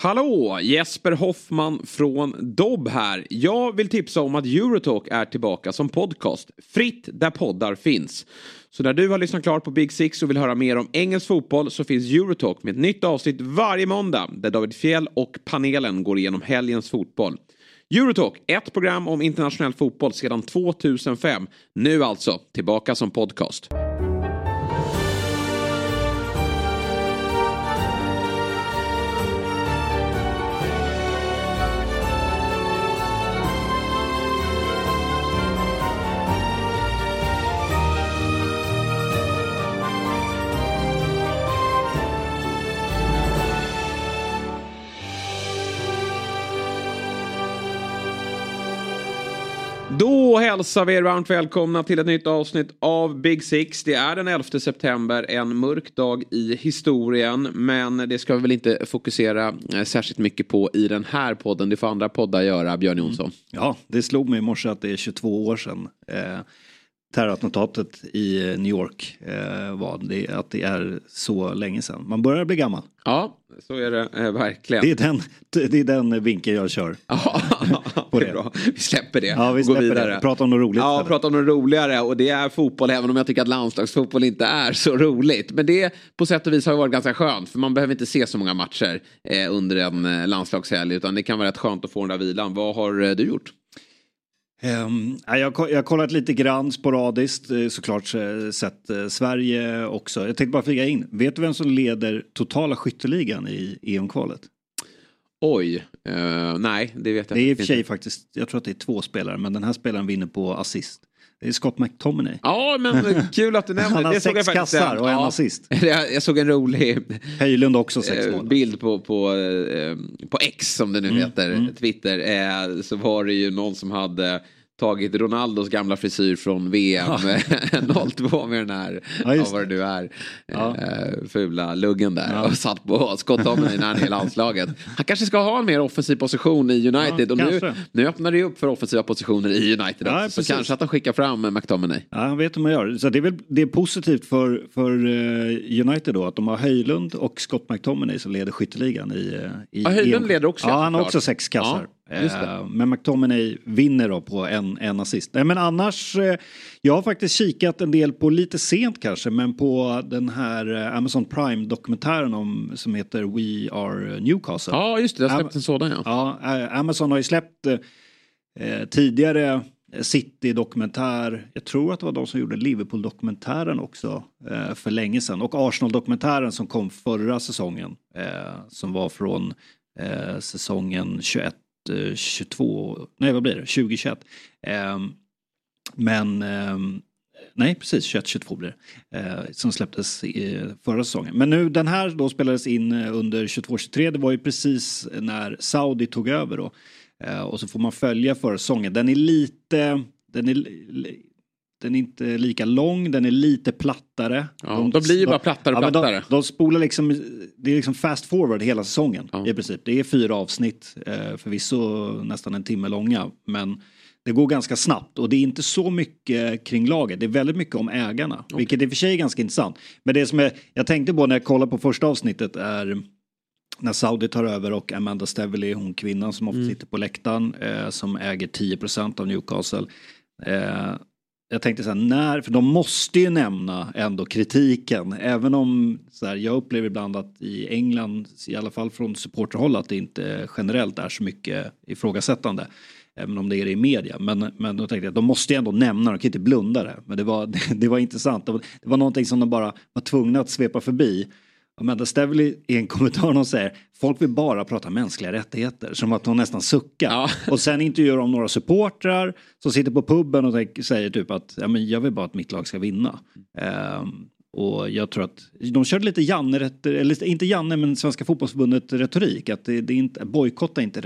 Hallå, Jesper Hoffman från Dobb här. Jag vill tipsa om att Eurotalk är tillbaka som podcast. Fritt där poddar finns. Så när du har lyssnat klart på Big Six och vill höra mer om engelsk fotboll så finns Eurotalk med ett nytt avsnitt varje måndag. Där David Fjell och panelen går igenom helgens fotboll. Eurotalk, ett program om internationell fotboll sedan 2005. Nu alltså tillbaka som podcast. Då hälsar vi er varmt välkomna till ett nytt avsnitt av Big Six. Det är den 11 september, en mörk dag i historien. Men det ska vi väl inte fokusera särskilt mycket på i den här podden. Det får andra poddar göra, Björn Jonsson. Ja, det slog mig i morse att det är 22 år sedan. Terrorattentatet i New York var det, att det är så länge sedan. Man börjar bli gammal. Ja, så är det verkligen. Det är den vinkeln jag kör. Ja, det är bra. Vi släpper det. Ja, vi släpper det. Prata om något roligt. Ja, prata om något roligare. Och det är fotboll, även om jag tycker att landslagsfotboll inte är så roligt. Men det på sätt och vis har varit ganska skönt. För man behöver inte se så många matcher under en landslagshelg. Utan det kan vara rätt skönt att få den där vilan. Vad har du gjort? Jag har kollat lite grann sporadiskt, såklart sett Sverige också. Jag tänkte bara flyga in. Vet du vem som leder totala skytteligan i EM-kvalet? Oj, nej, det vet jag inte. Det är i och för sig faktiskt, jag tror att det är 2 spelare, men den här spelaren vinner på assist. Det är Scott McTominay. Ja, men kul att du nämnde. Han har det 6 kassar och en assist. Jag såg en rolig Höjlund också 6 mål. Bild på X som det nu heter, Twitter. Så var det ju någon som hade tagit Ronaldos gamla frisyr från VM 02 med den här, vad det nu är, fula luggen där och satt på skottommen när han är i landslaget. Han kanske ska ha en mer offensiv position i United och nu öppnar det upp för offensiva positioner i United också, så kanske att de skickar fram McTominay. Ja, jag vet hur man gör. Så det är positivt för United då att de har Höjlund och Scott McTominay som leder skytteligan i Höjlund leder också. Ja, han har också 6 kassar. Men McTominay vinner då på en assist. Nej, men annars, jag har faktiskt kikat en del på, lite sent kanske, men på den här Amazon Prime-dokumentären som heter We Are Newcastle. Ja, just det. Jag har släppt en sådan, ja. Amazon har ju släppt tidigare City-dokumentär. Jag tror att det var de som gjorde Liverpool-dokumentären också för länge sedan. Och Arsenal-dokumentären som kom förra säsongen, som var från säsongen 2021. Nej, precis, 21-22 blir det. Som släpptes förra säsongen. Men nu, den här då spelades in under 22-23. Det var ju precis när Saudi tog över då. Och så får man följa förra säsongen. Den är inte lika lång, den är lite plattare. Ja, de blir ju bara plattare och plattare. De spolar liksom, det är liksom fast forward hela säsongen i princip. Det är 4 avsnitt, förvisso nästan en timme långa, men det går ganska snabbt och det är inte så mycket kring laget. Det är väldigt mycket om ägarna, vilket i och för sig är ganska intressant. Men det som jag tänkte på när jag kollade på första avsnittet är när Saudi tar över och Amanda Staveley, hon kvinnan som ofta sitter på läktaren, som äger 10% av Newcastle. Jag tänkte så här, för de måste ju nämna ändå kritiken, även om så här, jag upplever ibland att i England, i alla fall från supporterhåll, att det inte generellt är så mycket ifrågasättande, även om det är det i media. Men då tänkte jag att de måste ju ändå nämna, de kan inte blunda det. Men det var intressant. Det var någonting som de bara var tvungna att svepa förbi. Amanda Staveley i en kommentar hon säger, folk vill bara prata mänskliga rättigheter, som att hon nästan suckar. Ja. Och sen intervjuar de några supportrar som sitter på puben och säger typ att jag vill bara att mitt lag ska vinna. Och jag tror att de körde lite Janne, eller inte Janne, men Svenska fotbollsförbundet retorik, att det är inte, bojkotta inte rätt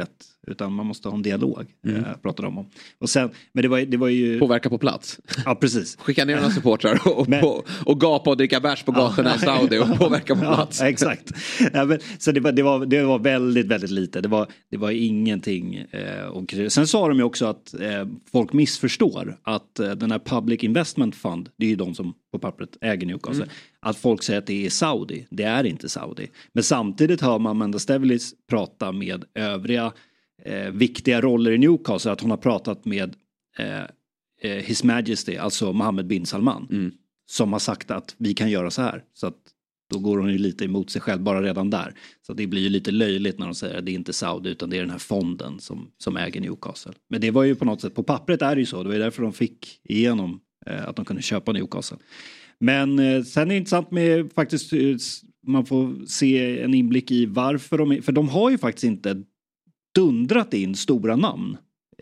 utan man måste ha en dialog, pratar de om. Och sen, men det var ju... Påverka på plats. Ja, precis. Skicka ner några supportrar och gapa och dricka bärs på gatorna i Saudi och påverka på plats. Ja, exakt. Ja, men, så det var väldigt, väldigt lite. Det var ingenting. Och sen sa de ju också att folk missförstår att den här Public Investment Fund, det är ju de som på pappret äger Newcastle, att folk säger att det är Saudi. Det är inte Saudi. Men samtidigt hör man Amanda Stävellis prata med övriga viktiga roller i Newcastle, att hon har pratat med His Majesty, alltså Mohammed bin Salman, som har sagt att vi kan göra så här. Så att då går hon ju lite emot sig själv bara redan där. Så det blir ju lite löjligt när de säger att det är inte Saudi utan det är den här fonden som äger Newcastle. Men det var ju på något sätt, på pappret är det ju så. Det var ju därför de fick igenom att de kunde köpa Newcastle. Men sen är det intressant med faktiskt, man får se en inblick i varför för de har ju faktiskt inte dundrat in stora namn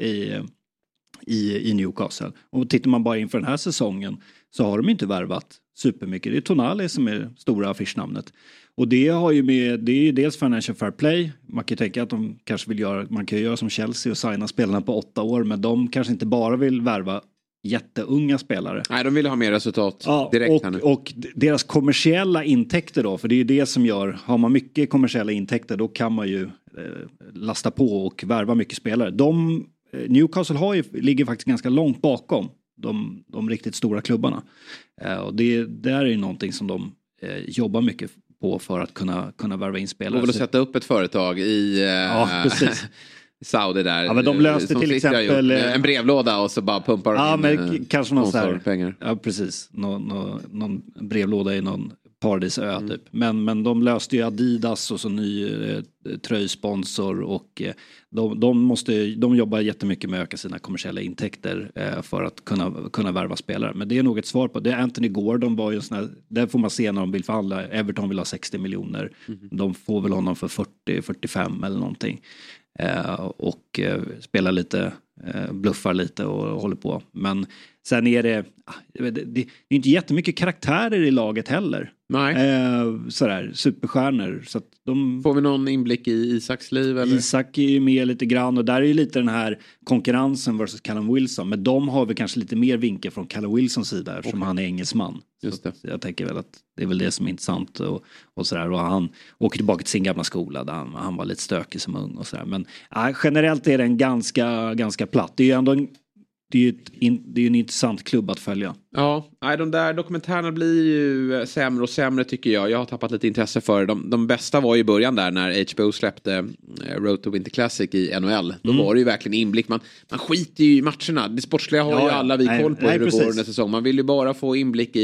i Newcastle. Och tittar man bara inför den här säsongen så har de inte värvat supermycket. Det är Tonali som är stora affischnamnet. Och det har ju det är ju dels Financial Fair Play. Man kan ju tänka att de kanske vill man kan ju göra som Chelsea och signa spelarna på 8 år, men de kanske inte bara vill värva jätteunga spelare. Nej, de vill ha mer resultat direkt här nu. Och deras kommersiella intäkter då, för det är ju det som gör, har man mycket kommersiella intäkter då kan man ju lasta på och värva mycket spelare. Newcastle ligger faktiskt ganska långt bakom de riktigt stora klubbarna. Och det där är ju någonting som de jobbar mycket på för att kunna värva in spelare. Och väl att sätta upp ett företag i Saudi där. Ja, men de löste till exempel en brevlåda och så bara pumpar de in kanske någon så här, pengar. Ja, precis. Någon brevlåda i någon paradisö typ. Men de löste ju Adidas och så ny tröjsponsor och de jobbar jättemycket med att öka sina kommersiella intäkter för att kunna värva spelare. Men det är nog ett svar på det. Anthony Gordon var ju en sån här, där får man se när de vill förhandla. Everton vill ha 60 miljoner. De får väl honom för 40-45 eller någonting. Och spelar lite, bluffar lite och håller på. Men sen är det är inte jättemycket karaktärer i laget heller. Nej. Sådär, superstjärnor. Så att får vi någon inblick i Isaks liv? Eller? Isak är ju med lite grann och där är ju lite den här konkurrensen versus Callum Wilson. Men de har väl kanske lite mer vinkel från Callum Wilsons sida eftersom han är engelsman. Just det. Så jag tänker väl att det är väl det som är intressant och sådär. Och han åker tillbaka till sin gamla skola där han var lite stökig som ung och sådär. Men generellt är den ganska platt. Det är ju ändå det är ju en intressant klubb att följa. Ja, de där dokumentärerna blir ju sämre och sämre tycker jag. Jag har tappat lite intresse för de bästa var ju i början där när HBO släppte Road to Winter Classic i NHL. Då var det ju verkligen inblick. Man skiter ju i matcherna. Det sportsliga har ju alla vi koll på hur det går under säsong. Man vill ju bara få inblick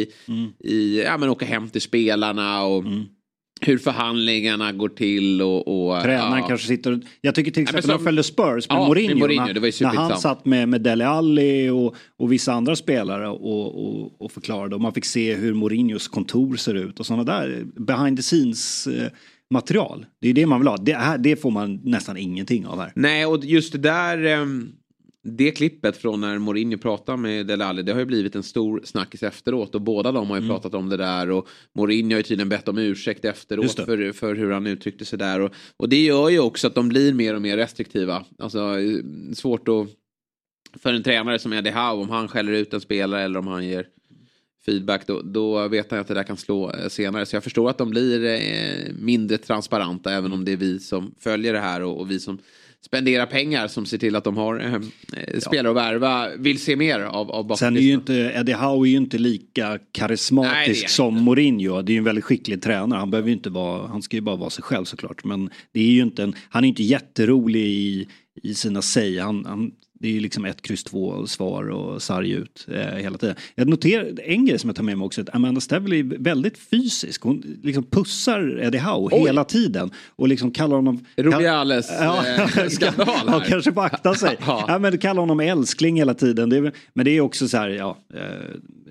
i åka hem till spelarna och hur förhandlingarna går till och tränaren kanske sitter. Jag tycker till exempel när de följde Spurs med Mourinho det var ju när han satt med Dele Alli och vissa andra spelare och förklarade och man fick se hur Mourinhos kontor ser ut och sådana där behind the scenes material. Det är det man vill ha. Det får man nästan ingenting av här. Nej, och just det där det klippet från när Mourinho pratar med Dele Alli, det har ju blivit en stor snackis efteråt och båda de har ju pratat om det där och Mourinho har ju tydligen bett om ursäkt efteråt för hur han uttryckte sig där och det gör ju också att de blir mer och mer restriktiva. Alltså svårt att för en tränare som Eddie Howe, om han skäller ut en spelare eller om han ger feedback då vet han att det där kan slå senare, så jag förstår att de blir mindre transparenta även om det är vi som följer det här och vi som spendera pengar som ser till att de har spelare att värva vill se mer av bakom. Sen är ju inte Eddie Howe är ju inte lika karismatisk som Mourinho. Det är ju en väldigt skicklig tränare. Han behöver ju inte han ska ju bara vara sig själv såklart, men det är ju inte han är inte jätterolig i sina säg. Det är ju liksom 1-2 svar och sarg ut hela tiden. Jag noterar en grej som jag tar med mig också, att Amanda Stävelli är väldigt fysisk. Hon liksom pussar Eddie Howe hela tiden och liksom kallar honom Rubiales skandal här. Ja, kanske får akta sig. Men kallar honom älskling hela tiden. Men det är också så här,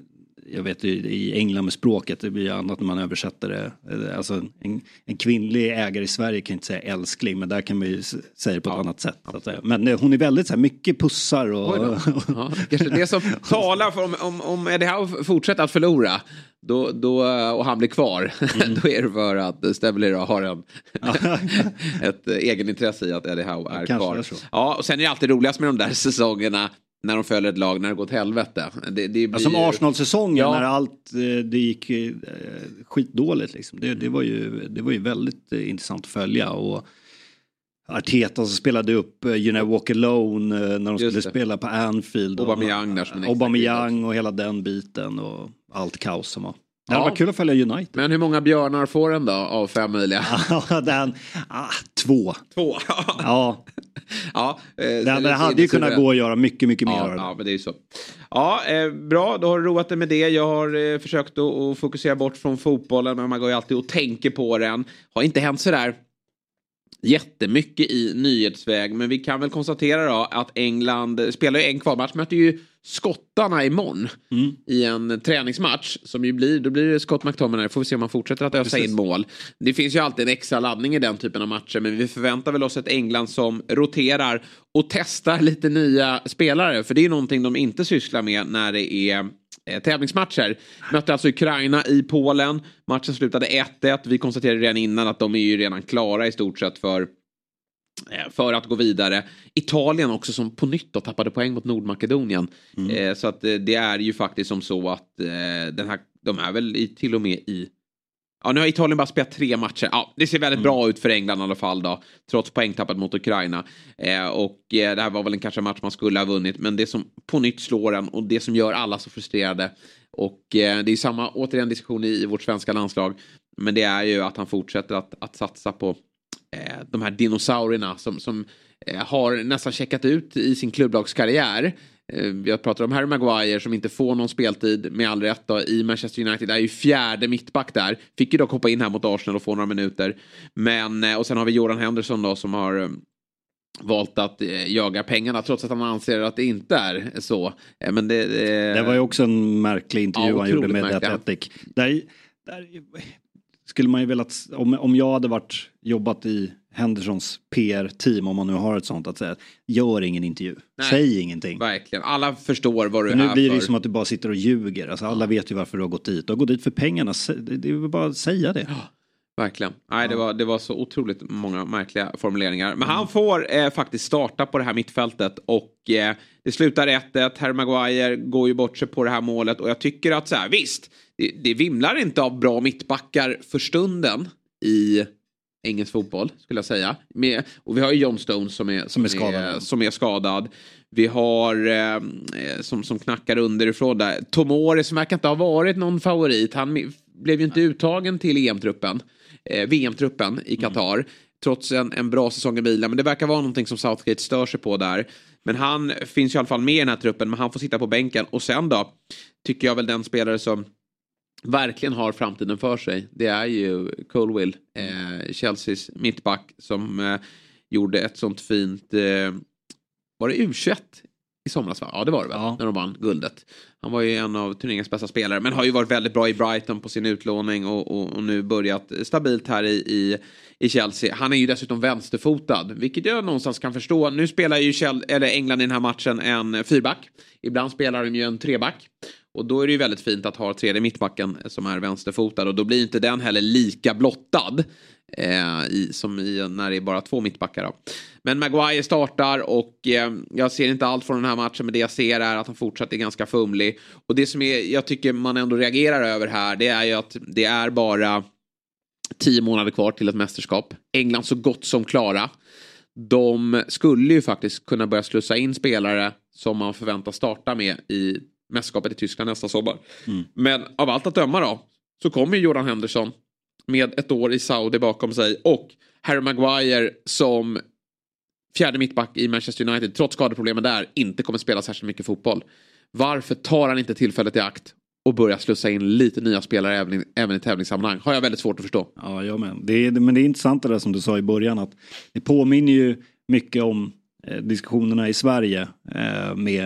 jag vet i England med språket, det blir annat när man översätter det. Alltså en kvinnlig ägare i Sverige kan inte säga älskling, men där kan man ju säga det på ett annat sätt. Så att säga. Men hon är väldigt så här, mycket pussar och... Kanske det som talar för om Eddie Howe fortsätter att förlora då, och han blir kvar, då är det för att Stevler har ett egenintresse i att Eddie Howe är kvar. Ja, och sen är det alltid roligast med de där säsongerna när de följer ett lag när det går till helvete. Det blir... Som Arsenal-säsongen när allt det gick skitdåligt. Liksom. Det var ju väldigt intressant att följa. Och Arteta som spelade upp You Never Walk Alone när de skulle spela på Anfield. Aubameyang och hela den biten och allt kaos som var. Det var kul att följa United. Men hur många björnar får den då av 5 möjliga? 2. Ja. Det hade ju kunnat gå att göra mycket mer. Ja, men det är ju så. Ja, bra. Då har du roat dig med det. Jag har försökt att fokusera bort från fotbollen, men man går ju alltid och tänker på den. Har inte hänt sådär jättemycket i nyhetsväg, men vi kan väl konstatera då att England spelar ju en kvalmatch, möter ju skottarna imorgon i en träningsmatch som ju då blir det Scott McTominay. Får vi se om man fortsätter att ösa in mål. Det finns ju alltid en extra laddning i den typen av matcher, men vi förväntar väl oss ett England som roterar och testar lite nya spelare, för det är någonting de inte sysslar med när det är tävlingsmatcher. Mötte alltså Ukraina i Polen. Matchen slutade 1-1. Vi konstaterade redan innan att de är ju redan klara i stort sett för att gå vidare. Italien också som på nytt då tappade poäng mot Nordmakedonien. Så att det är ju faktiskt som så att de är väl till och med i... Ja, nu har Italien bara spelat 3 matcher. Ja, det ser väldigt bra ut för England i alla fall då. Trots poängtappet mot Ukraina. Det här var väl kanske en match man skulle ha vunnit. Men det som på nytt slår en och det som gör alla så frustrerade. Och det är samma återigen diskussion i vårt svenska landslag. Men det är ju att han fortsätter att satsa på de här dinosaurierna som har nästan checkat ut i sin klubblagskarriär. Jag pratar om Harry Maguire som inte får någon speltid med all rätt då, i Manchester United. Är ju 4:e mittback där. Fick ju dock hoppa in här mot Arsenal och få några minuter. Men, och sen har vi Jordan Henderson då som har valt att jaga pengarna trots att han anser att det inte är så. Men det var ju också en märklig intervju han gjorde med Athletic. Där skulle man ju velat, om jag hade jobbat i Hendersons PR-team, om man nu har ett sånt, att säga, gör ingen intervju. Nej, säg ingenting. Verkligen. Alla förstår vad du är nu här för. Nu blir det som att du bara sitter och ljuger. Alltså, alla vet ju varför du har gått dit. Du har gått dit för pengarna. Det är bara att säga det. Ja, verkligen. Nej, det var så otroligt många märkliga formuleringar. Men han får faktiskt starta på det här mittfältet. Och det slutar 1-1. Harry Maguire går ju bort sig på det här målet. Och jag tycker att så här, visst, det vimlar inte av bra mittbackar för stunden i engelsk fotboll, skulle jag säga. Och vi har ju John Stones som är skadad. Vi har som knackar underifrån där. Tomori som verkar inte ha varit någon favorit. Han blev ju inte uttagen till EM-truppen. VM-truppen i Qatar. Trots en bra säsong i bilen. Men det verkar vara någonting som Southgate stör sig på där. Men han finns ju i alla fall med i den här truppen. Men han får sitta på bänken. Och sen då tycker jag väl den spelare som verkligen har framtiden för sig. Det är ju Colwill, Chelseas mittback, som gjorde ett sånt fint... var det U21 i somras, va? Ja, det var det väl, när de vann guldet. Han var ju en av turneringens bästa spelare, men har ju varit väldigt bra i Brighton på sin utlåning och nu börjat stabilt här i Chelsea. Han är ju dessutom vänsterfotad, vilket jag någonstans kan förstå. Nu spelar ju England i den här matchen en 4-back. Ibland spelar de ju en 3-back. Och då är det ju väldigt fint att ha 3:e mittbacken som är vänsterfotad. Och då blir inte den heller lika blottad som när det är bara 2 mittbackar då. Men Maguire startar och jag ser inte allt från den här matchen. Men det jag ser är att han fortsätter ganska fumlig. Och det som jag tycker man ändå reagerar över här, det är ju att det är bara 10 månader kvar till ett mästerskap. England så gott som klara. De skulle ju faktiskt kunna börja slussa in spelare som man förväntar starta med i mästerskapet i Tyskland nästa sommar. Men av allt att döma då så kommer Jordan Henderson med ett år i Saudi bakom sig och Harry Maguire som 4:e mittback i Manchester United, trots skadeproblemen där, inte kommer spela särskilt mycket fotboll. Varför tar han inte tillfället i akt och börjar slussa in lite nya spelare även i tävlingssammanhang? Har jag väldigt svårt att förstå. Ja, jag men. Men det är intressant det där som du sa i början, att det påminner ju mycket om diskussionerna i Sverige med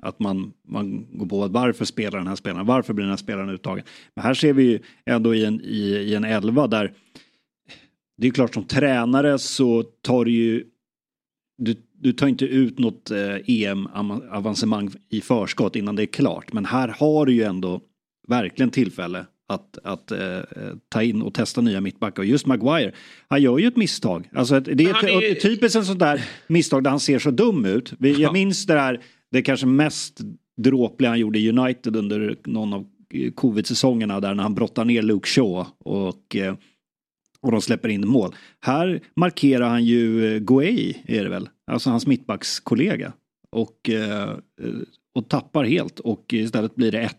Att man går på att varför spelar den här spelaren, varför blir den här spelaren uttagen. Men här ser vi ju ändå i en 11 där det är klart som tränare så tar du ju du tar inte ut något EM-avancemang i förskott innan det är klart. Men här har du ju ändå verkligen tillfälle att ta in och testa nya mittbackar. Och just Maguire, han gör ju ett misstag. Alltså det är typiskt en sån där misstag där han ser så dum ut. Jag minns det kanske mest dråpliga han gjorde i United under någon av covid-säsongerna där när han brottar ner Luke Shaw och de släpper in mål. Här markerar han ju Gueye, är det väl? Alltså hans mittbackskollega. Och tappar helt och istället blir det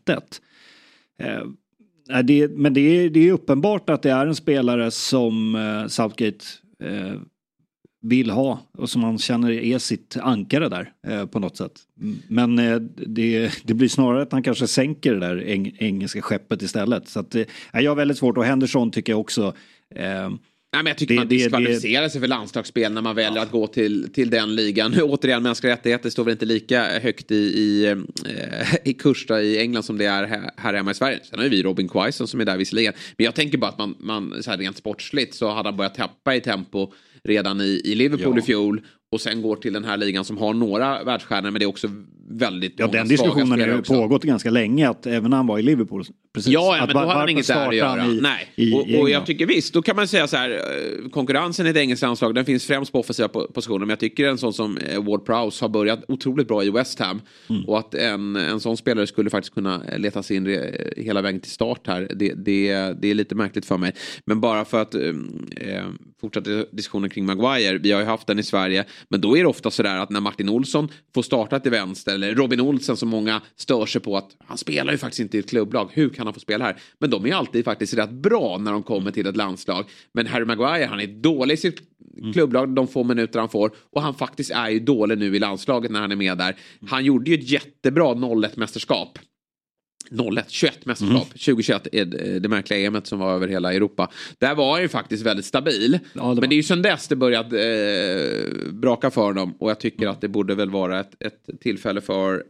1-1. Men det är uppenbart att det är en spelare som Southgate vill ha och som man känner är sitt ankare där på något sätt. Men det blir snarare att han kanske sänker det där engelska skeppet istället. Så att jag har väldigt svårt, och Henderson tycker jag också. Nej, men jag tycker man diskvalificerar sig för landslagsspel när man väljer att gå till den ligan. Återigen, mänskliga rättigheter står väl inte lika högt i kurs i England som det är här hemma i Sverige. Sen har ju vi Robin Quaison som är där visserligen. Men jag tänker bara att man så här rent sportsligt så hade han börjat tappa i tempo redan i Liverpool i fjol. Och sen går till den här ligan som har några världsstjärnor, men det är också väldigt många den diskussionen har ju pågått ganska länge, att även när han var i Liverpool. Precis. Ja, men då har han inget där att göra. Nej. Och jag tycker visst, då kan man säga så här, konkurrensen i ett engelskt landslag, den finns främst på offensiva positioner, men jag tycker en sån som Ward-Prowse har börjat otroligt bra i West Ham. Och att en sån spelare skulle faktiskt kunna leta sig in hela vägen till start här, det är lite märkligt för mig. Men bara för att fortsätta diskussionen kring Maguire, vi har ju haft den i Sverige, men då är det ofta sådär att när Martin Olsson får starta till vänster, eller Robin Olsen som många stör sig på att han spelar ju faktiskt inte i ett klubblag, hur kan han få spela här? Men de är alltid faktiskt rätt bra när de kommer till ett landslag. Men Harry Maguire, han är dålig i sitt klubblag de få minuter han får, och han faktiskt är ju dålig nu i landslaget när han är med där. Han gjorde ju ett jättebra 0-1-mästerskap. 21 mästerskap 2021 är det märkliga EMet som var över hela Europa. Där var han ju faktiskt väldigt stabil. Ja, men det är ju sedan dess det börjat braka för dem, och jag tycker att det borde väl vara ett tillfälle för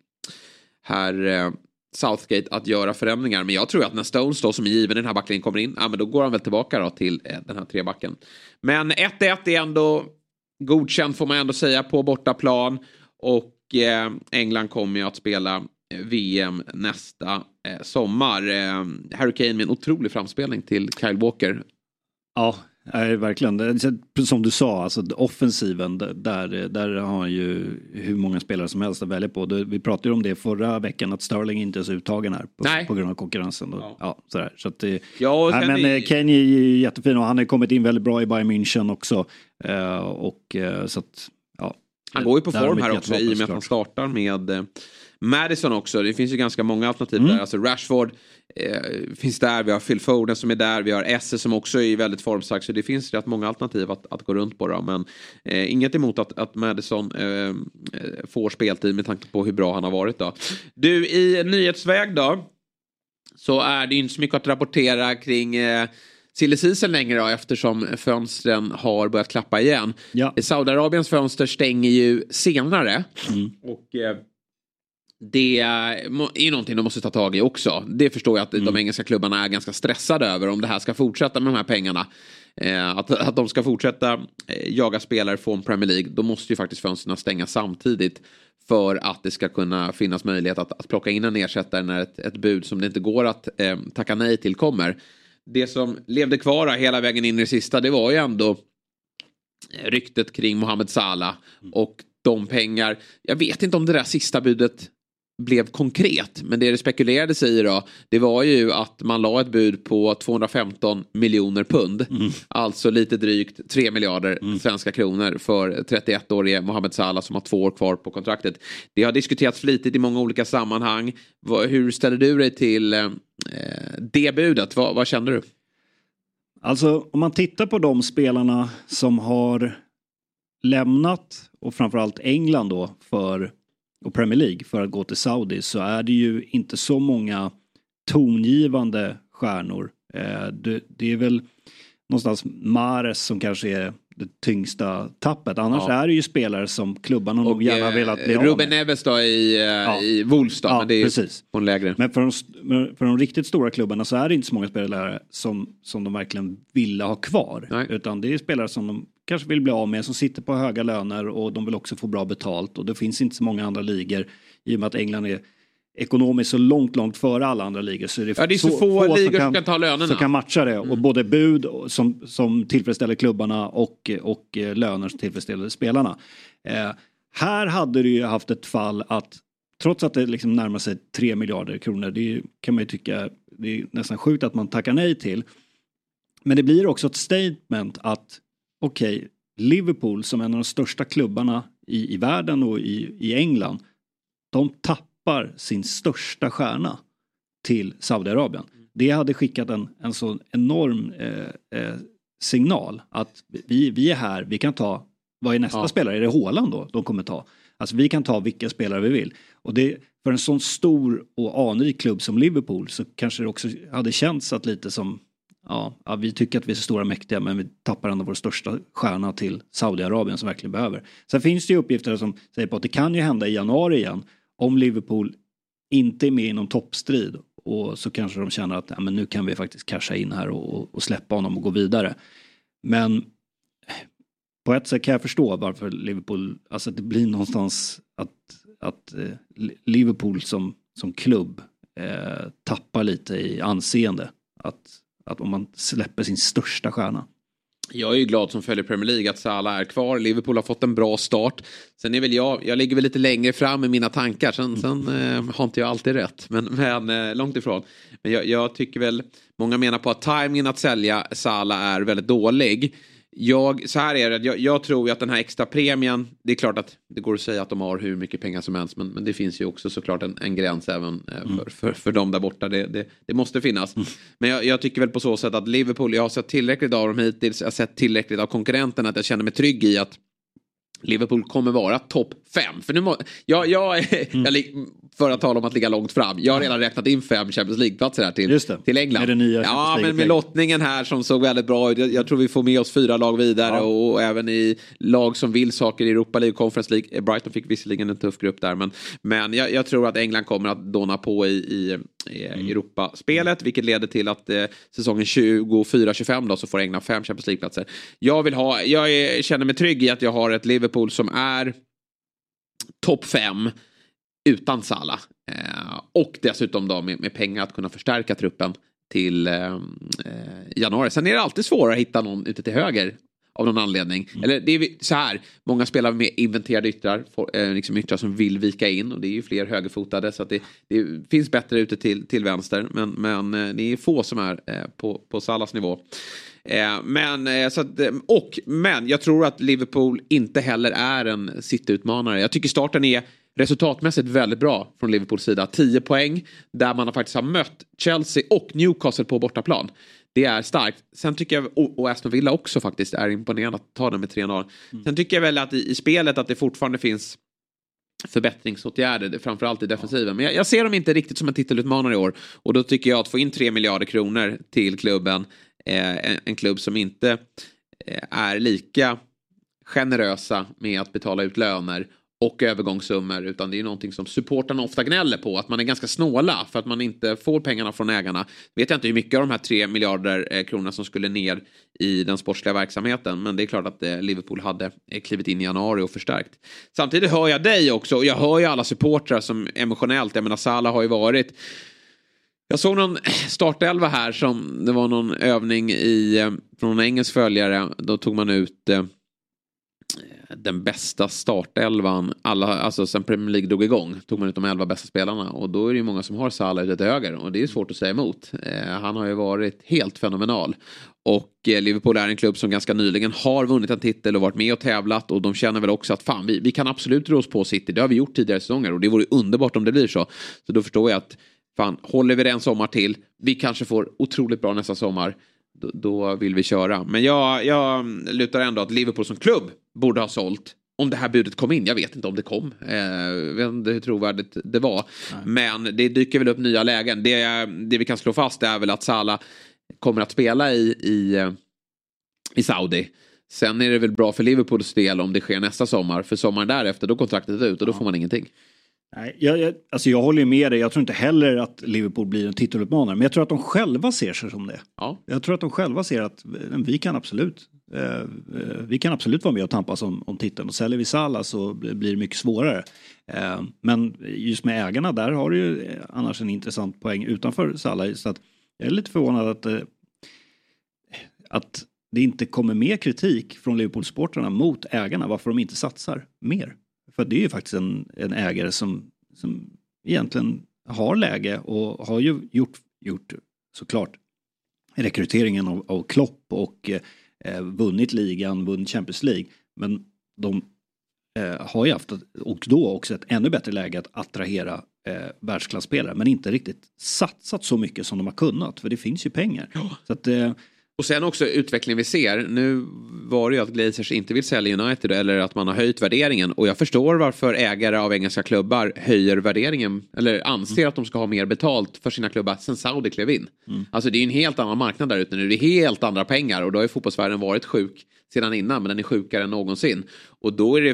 Southgate att göra förändringar. Men jag tror att när Stones då som är given i den här backlinjen kommer in, men då går han väl tillbaka då till den här trebacken. Men 1-1 är ändå godkänt, får man ändå säga, på bortaplan, och England kommer ju att spela VM nästa sommar. Harry Kane med en otrolig framspelning till Kyle Walker. Ja, verkligen. Som du sa, alltså offensiven, där har han ju hur många spelare som helst att välja på. Vi pratade ju om det förra veckan, att Sterling inte är så uttagen här på grund av konkurrensen. Sådär. Så att, men Kane är ju jättefin, och han har kommit in väldigt bra i Bayern München också. Så att, han går ju på form här också i och med att han startar med Madison också. Det finns ju ganska många alternativ där. Alltså Rashford finns där. Vi har Phil Foden som är där. Vi har Esse som också är väldigt formstark. Så det finns rätt många alternativ att gå runt på då. Men inget emot att Madison får speltid med tanke på hur bra han har varit då. Du, i nyhetsväg då, så är det inte så mycket att rapportera kring silly season längre då, eftersom fönstren har börjat klappa igen. Ja. Saudiarabiens fönster stänger ju senare. Och det är någonting de måste ta tag i också. Det förstår jag att de engelska klubbarna är ganska stressade över, om det här ska fortsätta med de här pengarna. Att de ska fortsätta jaga spelare från Premier League, då måste ju faktiskt fönstren stänga samtidigt för att det ska kunna finnas möjlighet att plocka in en ersättare när ett bud som det inte går att tacka nej till kommer. Det som levde kvar hela vägen in i det sista, det var ju ändå ryktet kring Mohamed Salah och de pengar. Jag vet inte om det där sista budet blev konkret, men det spekulerades i då, det var ju att man la ett bud på 215 miljoner pund, alltså lite drygt 3 miljarder svenska kronor för 31-årige Mohamed Salah som har 2 år kvar på kontraktet. Det har diskuterats flitigt i många olika sammanhang. Hur ställer du dig till det budet? Vad kände du? Alltså, om man tittar på de spelarna som har lämnat, och framförallt England då och Premier League för att gå till Saudi, så är det ju inte så många tongivande stjärnor. Det är väl någonstans Mahrez som kanske är det tyngsta tappet. Annars är det ju spelare som klubbarna nog gärna velat bli av med. Ruben Neves då i Wolves då, men det är precis. På en lägre. Men för de riktigt stora klubbarna så är det inte så många spelare som de verkligen vill ha kvar. Nej. Utan det är spelare som de kanske vill bli av med, som sitter på höga löner och de vill också få bra betalt. Och det finns inte så många andra ligor i och med att England är ekonomiskt så långt före alla andra ligor, så det är så få ligor som kan ta lönerna. Så kan matcha det. Och både bud som tillfredsställer klubbarna och löner som tillfredsställer spelarna. Här hade du ju haft ett fall att trots att det liksom närmar sig 3 miljarder kronor, det kan man ju tycka, det är nästan sjukt att man tackar nej till. Men det blir också ett statement att Liverpool som en av de största klubbarna i världen och i England, de tappar sin största stjärna till Saudiarabien. Det hade skickat en så enorm signal att vi är här, vi kan ta, vad är nästa spelare? Är det Haaland då de kommer ta? Alltså vi kan ta vilka spelare vi vill. Och det, för en sån stor och anrik klubb som Liverpool så kanske det också hade känts att lite som vi tycker att vi är så stora och mäktiga, men vi tappar ändå vår största stjärna till Saudiarabien som verkligen behöver. Sen finns det ju uppgifter som säger på att det kan ju hända i januari igen om Liverpool inte är med i någon toppstrid, och så kanske de känner att men nu kan vi faktiskt casha in här och släppa honom och gå vidare. Men på ett sätt kan jag förstå varför Liverpool, alltså det blir någonstans att Liverpool som klubb tappar lite i anseende. Att om man släpper sin största stjärna. Jag är ju glad som följer Premier League att Salah är kvar. Liverpool har fått en bra start. Sen är väl jag ligger väl lite längre fram i mina tankar. Sen har inte jag alltid rätt. Men långt ifrån. Men jag tycker väl, många menar på att timingen att sälja Salah är väldigt dålig. Så här är det, jag tror ju att den här extra premien, det är klart att det går att säga att de har hur mycket pengar som helst, men det finns ju också såklart en gräns även för dem där borta, det måste finnas. Men jag tycker väl på så sätt att Liverpool, jag har sett tillräckligt av dem hittills, jag har sett tillräckligt av konkurrenterna att jag känner mig trygg i att Liverpool kommer vara topp 5. För nu för att tala om att ligga långt fram. Jag har redan räknat in 5 Champions League-platser här till England. Med det nya men med lottningen här som såg väldigt bra ut. Jag tror vi får med oss 4 lag vidare och även i lag som vill saker i Europa League, Conference League. Brighton fick visserligen en tuff grupp där, men jag tror att England kommer att dona på i Europaspelet, vilket leder till att säsongen 24-25 då så får England 5 Champions League-platser. Jag känner mig trygg i att jag har ett Liverpool som är topp 5 utan Salah. Och dessutom då med pengar att kunna förstärka truppen till januari. Sen är det alltid svårare att hitta någon ute till höger av någon anledning. Eller det är så här, många spelar med inventerade yttrar, liksom yttrar som vill vika in, och det är ju fler högerfotade, så att det finns bättre ute till vänster, men det är få som är på Salahs nivå. Men jag tror att Liverpool inte heller är en City-utmanare. Jag tycker starten är resultatmässigt väldigt bra från Liverpools sida. 10 poäng där man faktiskt har mött Chelsea och Newcastle på bortaplan. Det är starkt. Sen tycker jag, och Aston Villa också faktiskt är imponerande att ta den med 3-0. Sen tycker jag väl att i spelet att det fortfarande finns förbättringsåtgärder, framförallt i defensiven. Men jag ser dem inte riktigt som en titelutmanare i år. Och då tycker jag att få in 3 miljarder kronor till klubben, en klubb som inte är lika generösa med att betala ut löner och övergångssummor, utan det är någonting som supportarna ofta gnäller på, att man är ganska snåla för att man inte får pengarna från ägarna. Vet jag inte hur mycket av de här 3 miljarder kronor som skulle ner i den sportsliga verksamheten, men det är klart att Liverpool hade klivit in i januari och förstärkt. Samtidigt hör jag dig också, och jag hör ju alla supportrar som emotionellt, jag menar Salah har ju varit, jag såg någon startelva här som det var någon övning från en engelsk följare, då tog man ut den bästa startelvan alltså sen Premier League drog igång, tog man ut de 11 bästa spelarna, och då är det ju många som har Salah ute till höger, och det är svårt att säga emot. Han har ju varit helt fenomenal, och Liverpool är en klubb som ganska nyligen har vunnit en titel och varit med och tävlat, och de känner väl också att fan, vi kan absolut rå oss på City, det har vi gjort tidigare säsonger, och det vore underbart om det blir så då förstår jag att fan, håller vi det en sommar till, vi kanske får otroligt bra nästa sommar, då vill vi köra. Men jag lutar ändå att Liverpool som klubb borde ha sålt om det här budet kom in. Jag vet inte om det kom. Jag vet inte hur trovärdigt det var. Nej. Men det dyker väl upp nya lägen. Det vi kan slå fast är väl att Salah kommer att spela i Saudi. Sen är det väl bra för Liverpools del om det sker nästa sommar. För sommaren därefter, då kontraktet är ut och då får man ingenting. Nej, jag håller med dig. Jag tror inte heller att Liverpool blir en titelutmanare. Men jag tror att de själva ser sig som det. Ja. Jag tror att de själva ser att vi kan absolut vara med och tampas om titeln. Och säljer vi Salah så blir det mycket svårare. Men just med ägarna, där har du ju annars en intressant poäng utanför Salah. Så att jag är lite förvånad att det inte kommer mer kritik från Liverpool-sportarna mot ägarna. Varför de inte satsar mer. För det är ju faktiskt en ägare som egentligen har läge och har ju gjort såklart rekryteringen av Klopp och vunnit ligan, vunnit Champions League. Men de har ju haft och då också ett ännu bättre läge att attrahera världsklasspelare. Men inte riktigt satsat så mycket som de har kunnat. För det finns ju pengar. Så att... Och sen också utvecklingen vi ser. Nu var det ju att Glazers inte vill sälja United eller att man har höjt värderingen. Och jag förstår varför ägare av engelska klubbar höjer värderingen eller anser att de ska ha mer betalt för sina klubbar sen Saudi klev in. Alltså det är ju en helt annan marknad där ute nu. Det är helt andra pengar och då har ju fotbollsvärlden varit sjuk sedan innan, men den är sjukare än någonsin. Och då är det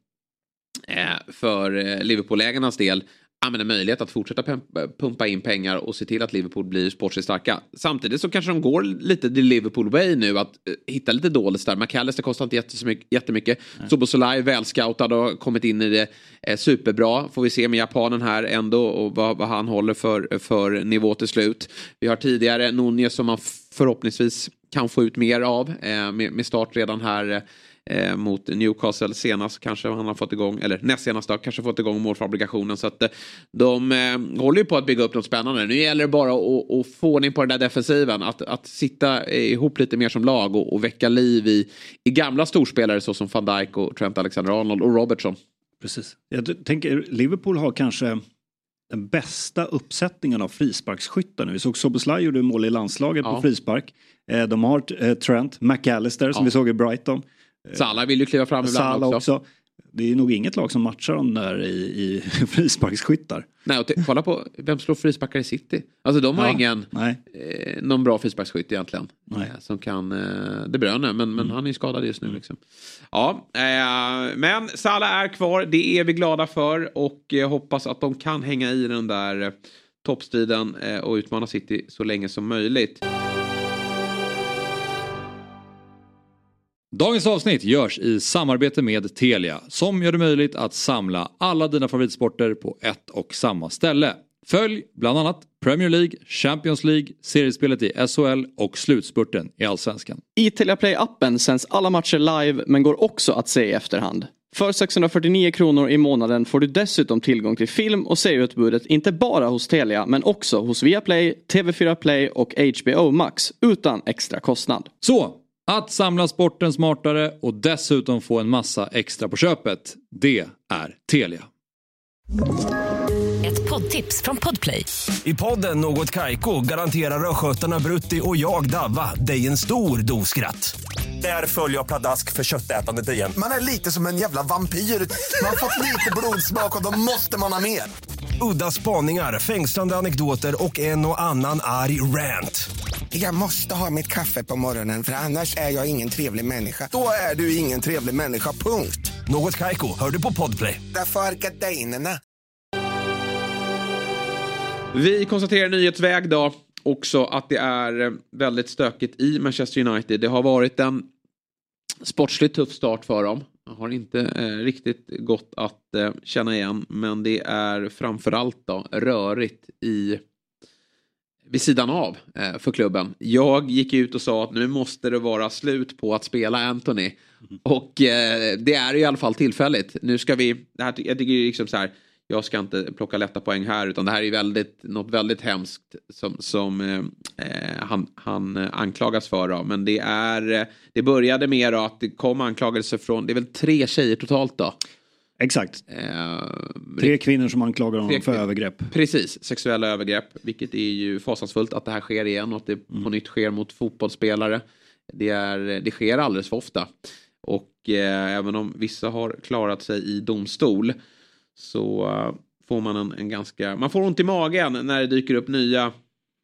för Liverpool-ägarnas del en möjlighet att fortsätta pumpa in pengar och se till att Liverpool blir sportsligt starka. Samtidigt så kanske de går lite till Liverpool way nu att hitta lite dåligt där. McAllister kostar inte jättemycket. Szoboszlai välscoutad och kommit in i det superbra. Får vi se med japanen här ändå och vad han håller för nivå till slut. Vi har tidigare Nunez som man förhoppningsvis kan få ut mer av med start redan här mot Newcastle senast kanske han har fått igång, eller näst senast då, kanske fått igång målfabrikationen, så att de håller ju på att bygga upp något spännande. Nu gäller det bara att få ordning på den där defensiven, att sitta ihop lite mer som lag och väcka liv i gamla storspelare så som Van Dijk och Trent Alexander-Arnold och Robertson. Precis. Jag tänker Liverpool har kanske den bästa uppsättningen av frisparksskyttar nu. Vi såg Szoboszlai gjorde mål i landslaget på frispark. De har Trent, McAllister som vi såg i Brighton. Salah vill ju kliva fram ibland Salah också. Det är nog inget lag som matchar dem där i frisparksskyttar. Nej, och kolla på vem slår frisparkar i City. Alltså de har någon bra frisparksskytt egentligen. Som kan De Bruyne, men han är ju skadad just nu liksom. Ja, men Salah är kvar. Det är vi glada för och hoppas att de kan hänga i den där toppstriden och utmana City så länge som möjligt. Dagens avsnitt görs i samarbete med Telia som gör det möjligt att samla alla dina favoritsporter på ett och samma ställe. Följ bland annat Premier League, Champions League, seriespelet i SHL och slutspurten i Allsvenskan. I Telia Play-appen sänds alla matcher live men går också att se i efterhand. För 649 kronor i månaden får du dessutom tillgång till film- och serieutbudet inte bara hos Telia men också hos Viaplay, TV4 Play och HBO Max utan extra kostnad. Så! Att samla sporten smartare och dessutom få en massa extra på köpet, det är Telia. Ett poddtips från Podplay. I podden Något Kaiko garanterar röskötarna Brutti och jag Davva dig en stor doskratt. Där följer jag pladask för köttätandet igen. Man är lite som en jävla vampyr. Man har fått lite blodsmak och då måste man ha mer. Udda spaningar, fängslande anekdoter och en och annan arg rant. Jag måste ha mitt kaffe på morgonen för annars är jag ingen trevlig människa. Då är du ingen trevlig människa, punkt. Något Kaiko, hör du på Podplay. Därför är gardinerna. Vi konstaterar nyhetsväg då också att det är väldigt stökigt i Manchester United. Det har varit en sportsligt tuff start för dem. Har inte riktigt gått att känna igen, men det är framförallt då rörigt vid sidan av för klubben. Jag gick ut och sa att nu måste det vara slut på att spela Anthony. Och det är i alla fall tillfälligt. Nu ska vi, jag tycker liksom så här, jag ska inte plocka lätta poäng här utan det här är något väldigt hemskt som han anklagas för då. Men det började med då att det kom anklagelser från, det är väl 3 tjejer totalt då. Exakt. 3 kvinnor som anklagar honom för övergrepp. Precis, sexuella övergrepp. Vilket är ju fasansfullt att det här sker igen och att det på nytt sker mot fotbollsspelare. Det sker alldeles för ofta. Och även om vissa har klarat sig i domstol så får man man får ont i magen när det dyker upp nya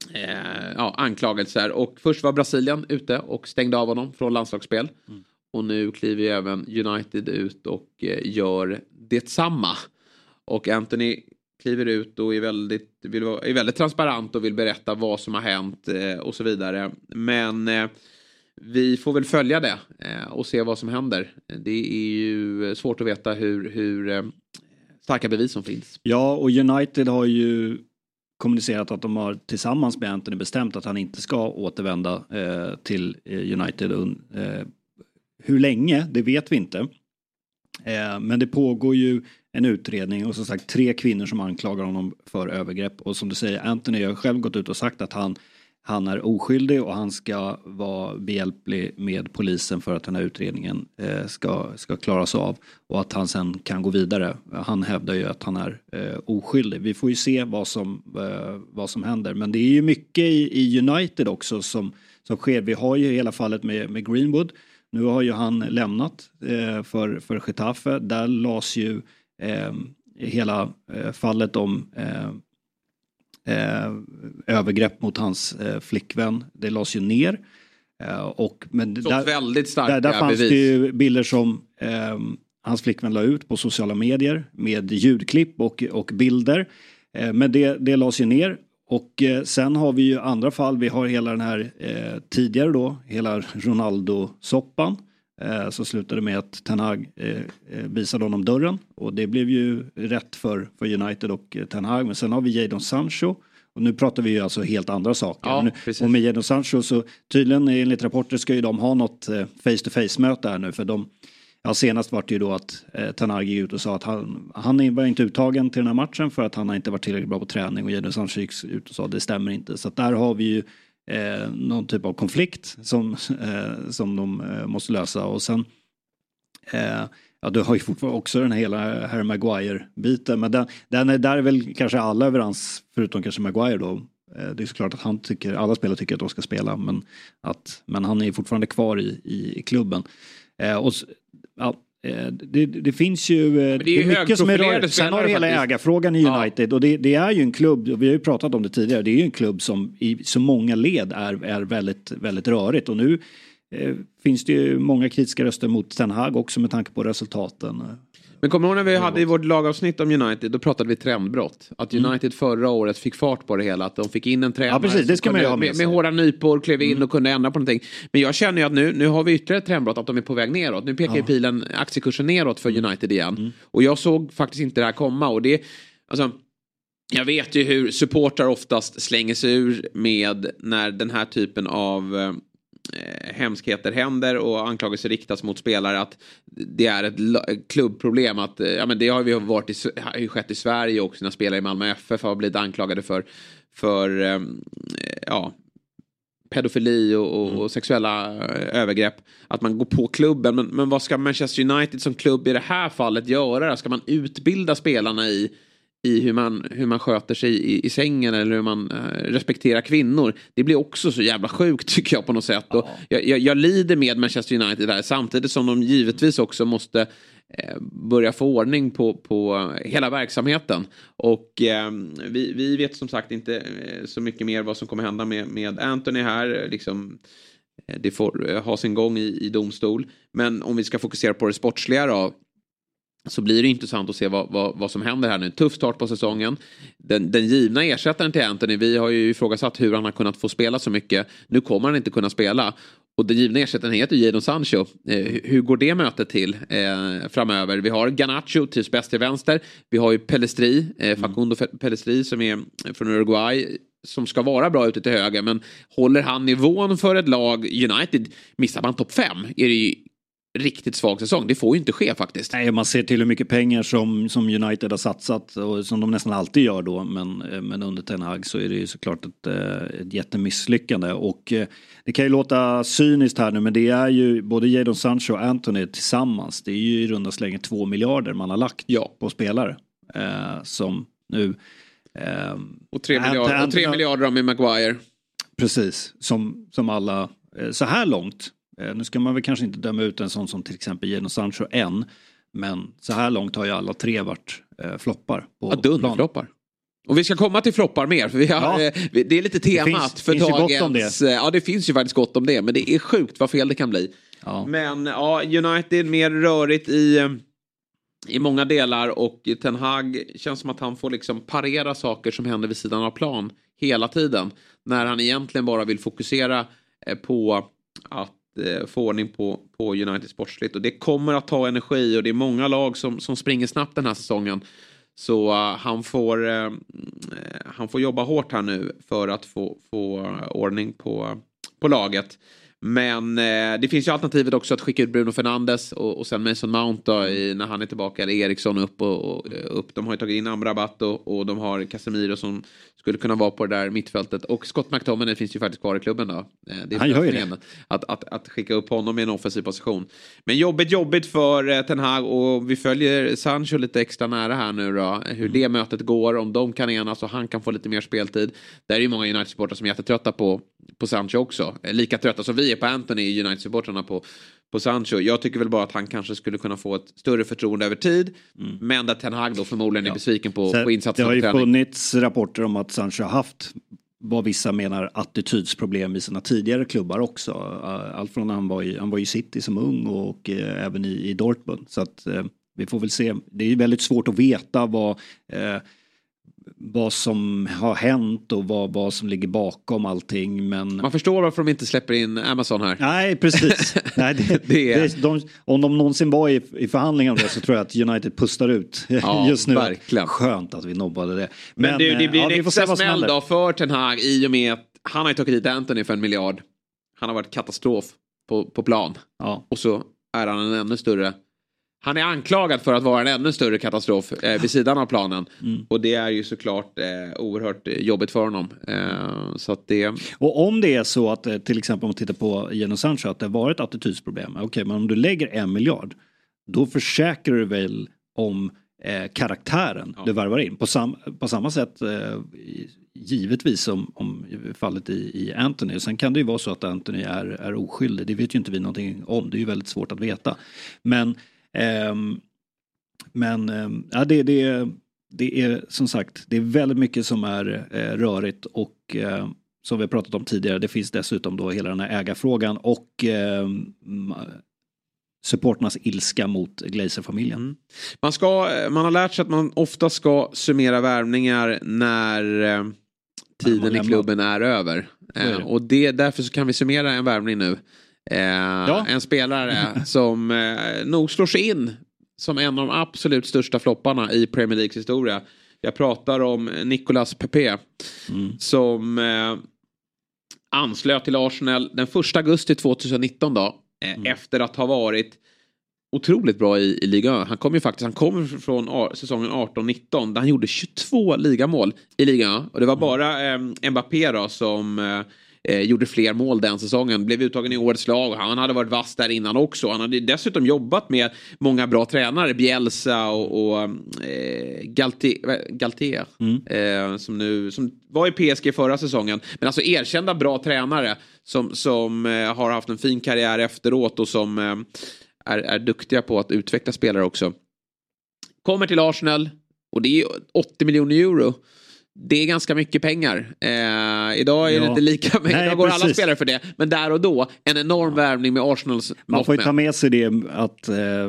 anklagelser. Och först var Brasilien ute och stängde av honom från landslagsspel. Och nu kliver ju även United ut och gör detsamma. Och Anthony kliver ut och är väldigt transparent och vill berätta vad som har hänt och så vidare. Men vi får väl följa det och se vad som händer. Det är ju svårt att veta hur starka bevis som finns. Ja, och United har ju kommunicerat att de har tillsammans med Anthony bestämt att han inte ska återvända till United. Hur länge, det vet vi inte. Men det pågår ju en utredning och som sagt 3 kvinnor som anklagar honom för övergrepp. Och som du säger, Anthony har själv gått ut och sagt att han är oskyldig och han ska vara behjälplig med polisen för att den här utredningen ska klaras av. Och att han sen kan gå vidare. Han hävdar ju att han är oskyldig. Vi får ju se vad som händer. Men det är ju mycket i United också som sker. Vi har ju hela fallet med Greenwood. Nu har ju han lämnat för Getafe. Där lades ju hela fallet om övergrepp mot hans flickvän. Det lades ju ner. Men väldigt starka där fanns bevis. Det ju bilder som hans flickvän la ut på sociala medier med ljudklipp och bilder. Men det lades ju ner. Och sen har vi ju andra fall. Vi har hela den här tidigare då, hela Ronaldo-soppan. Så slutade med att Ten Hag visade honom dörren. Och det blev ju rätt för United och Ten Hag. Men sen har vi Jadon Sancho. Och nu pratar vi ju alltså helt andra saker. Ja, och med Jadon Sancho så tydligen enligt rapporter ska ju de ha något face-to-face-möte här nu. För senast var det ju då att Ten Hag gick ut och sa att han var inte uttagen till den här matchen för att han har inte varit tillräckligt bra på träning. Och Jadon Sancho gick ut och sa att det stämmer inte. Så att där har vi ju någon typ av konflikt som de måste lösa. Och sen du har ju fortfarande också den hela Harry Maguire-biten. Men den är där väl kanske alla överens, förutom kanske Maguire då. Det är såklart att alla spelare tycker att de ska spela. Men han är fortfarande kvar i klubben. Det finns ju det är mycket som är rörigt. Sen har hela ägarfrågan i United. Och det är ju en klubb, och vi har ju pratat om det tidigare. Det är ju en klubb som i så många led är väldigt, väldigt rörigt. Och nu finns det ju många kritiska röster mot Ten Hag också med tanke på resultaten. Men kommer du ihåg när vi hade i vårt lagavsnitt om United, då pratade vi trendbrott. Att United förra året fick fart på det hela. Att de fick in en tränare precis, det ska man ha med hårda nypor, klev in och kunde ändra på någonting. Men jag känner ju att nu har vi ytterligare ett trendbrott, att de är på väg neråt. Nu pekar ju pilen aktiekursen neråt för United igen. Och jag såg faktiskt inte det här komma. Och det, alltså, jag vet ju hur supportrar oftast slänger sig ur med när den här typen av hemskheter händer och anklagelser riktas mot spelare, att det är ett klubbproblem, att men det har ju skett i Sverige också när spelare i Malmö FF har blivit anklagade för pedofili och sexuella övergrepp, att man går på klubben. Men vad ska Manchester United som klubb i det här fallet göra? Ska man utbilda spelarna i hur man sköter sig i sängen, eller hur man respekterar kvinnor? Det blir också så jävla sjukt, tycker jag, på något sätt. Och jag lider med Manchester United där, samtidigt som de givetvis också måste börja få ordning på hela verksamheten. Och vi vet som sagt inte så mycket mer vad som kommer hända med Anthony här. Liksom, det får ha sin gång i domstol. Men om vi ska fokusera på det sportsliga då, så blir det intressant att se vad som händer här nu. Tuff start på säsongen. Den givna ersättaren till Anthony, vi har ju ifrågasatt hur han har kunnat få spela så mycket. Nu kommer han inte kunna spela. Och den givna ersättaren heter Jadon Sancho. Hur går det mötet till framöver? Vi har Garnacho till bäst till vänster. Vi har ju Pellistri, Facundo Pellistri, som är från Uruguay, som ska vara bra ute till höger. Men håller han nivån för ett lag United? Missar man topp 5 är det ju riktigt svag säsong. Det får ju inte ske faktiskt. Nej, man ser till hur mycket pengar som United har satsat, och som de nästan alltid gör då, men under Ten Hag så är det ju såklart ett jättemisslyckande. Och det kan ju låta cyniskt här nu, men det är ju både Jadon Sancho och Anthony tillsammans, det är ju i runda slängen 2 miljarder man har lagt på spelare som nu och 3 miljarder med Maguire. Precis, som alla så här långt. Nu ska man väl kanske inte döma ut en sån som till exempel Jadon Sancho än. Men så här långt har ju alla 3 varit floppar på floppar. Och vi ska komma till floppar mer, för vi har, det är lite temat för dagens. Det finns ju faktiskt gott om det, men det är sjukt vad fel det kan bli. Ja. Men United mer rörigt i många delar, och Ten Hag känns som att han får liksom parera saker som händer vid sidan av plan hela tiden, när han egentligen bara vill fokusera på att få ordning på United sportsligt, och det kommer att ta energi, och det är många lag som springer snabbt den här säsongen, så han får jobba hårt här nu för att få ordning på laget. Men det finns ju alternativet också att skicka ut Bruno Fernandes och sen Mason Mount då, när han är tillbaka, eller Eriksson upp. De har ju tagit in Amrabat och de har Casemiro som skulle kunna vara på det där mittfältet. Och Scott McTominay finns ju faktiskt kvar i klubben då. Det är han gör ju det. Att skicka upp honom i en offensiv position. Men jobbigt för Ten Hag, och vi följer Sancho lite extra nära här nu då. Hur det mötet går, om de kan enas och han kan få lite mer speltid. Där är ju många United-supportrar som är jättetrötta på Sancho också. Lika trötta som vi är på Anthony, United-supportrarna på Sancho. Jag tycker väl bara att han kanske skulle kunna få ett större förtroende över tid. Men där Ten Hag då förmodligen är besviken på insatsen. Det har ju funnits rapporter om att Sancho har haft, vad vissa menar, attitydsproblem i sina tidigare klubbar också. Allt från han var i City som ung och även i Dortmund. Så att vi får väl se. Det är ju väldigt svårt att veta vad som har hänt och vad som ligger bakom allting, men man förstår varför de inte släpper in Amazon här. Nej, precis. Nej, om de någonsin var i förhandlingar om det, så tror jag att United pustar ut just nu. Verkligen. Skönt att vi nobbade det. Men det blir en extra smäll då för Ten Hag, i och med att han har ju tagit hit Anthony för 1 miljard. Han har varit katastrof på plan. Ja. Och så är han en ännu större. Han är anklagad för att vara en ännu större katastrof vid sidan av planen. Och det är ju såklart oerhört jobbigt för honom. Så att det... Och om det är så att till exempel om man tittar på Jadon Sancho, att det var ett attitydsproblem. Okej, men om du lägger 1 miljard, då försäkrar du väl om karaktären du värvar in. På samma sätt givetvis om fallet i Anthony. Sen kan det ju vara så att Anthony är oskyldig. Det vet ju inte vi någonting om. Det är ju väldigt svårt att veta. Men det är som sagt, det är väldigt mycket som är rörigt, och som vi har pratat om tidigare, det finns dessutom då hela den här ägarfrågan och supporternas ilska mot Glazer-familjen. Man har lärt sig att man ofta ska summera värvningar när tiden i klubben är över. Och därför så kan vi summera en värvning nu. En spelare som nog slår sig in som en av de absolut största flopparna i Premier Leagues historia. Jag pratar om Nicolas Pepe som anslöt till Arsenal den 1 augusti 2019 då, efter att ha varit otroligt bra i Liga. Han kommer från säsongen 18-19 där han gjorde 22 ligamål i Liga, och det var bara Mbappé då som gjorde fler mål den säsongen. Blev uttagen i årets lag. Han hade varit vass där innan också. Han hade dessutom jobbat med många bra tränare. Bielsa och Galtier. Som var i PSG förra säsongen. Men alltså erkända bra tränare som har haft en fin karriär efteråt, och som är duktiga på att utveckla spelare också. Kommer till Arsenal, och det är 80 miljoner euro. Det är ganska mycket pengar. Idag är det inte lika mycket. Idag går alla spelare för det. Men där och då, en enorm värvning med Arsenals. Man får ju ta med sig det att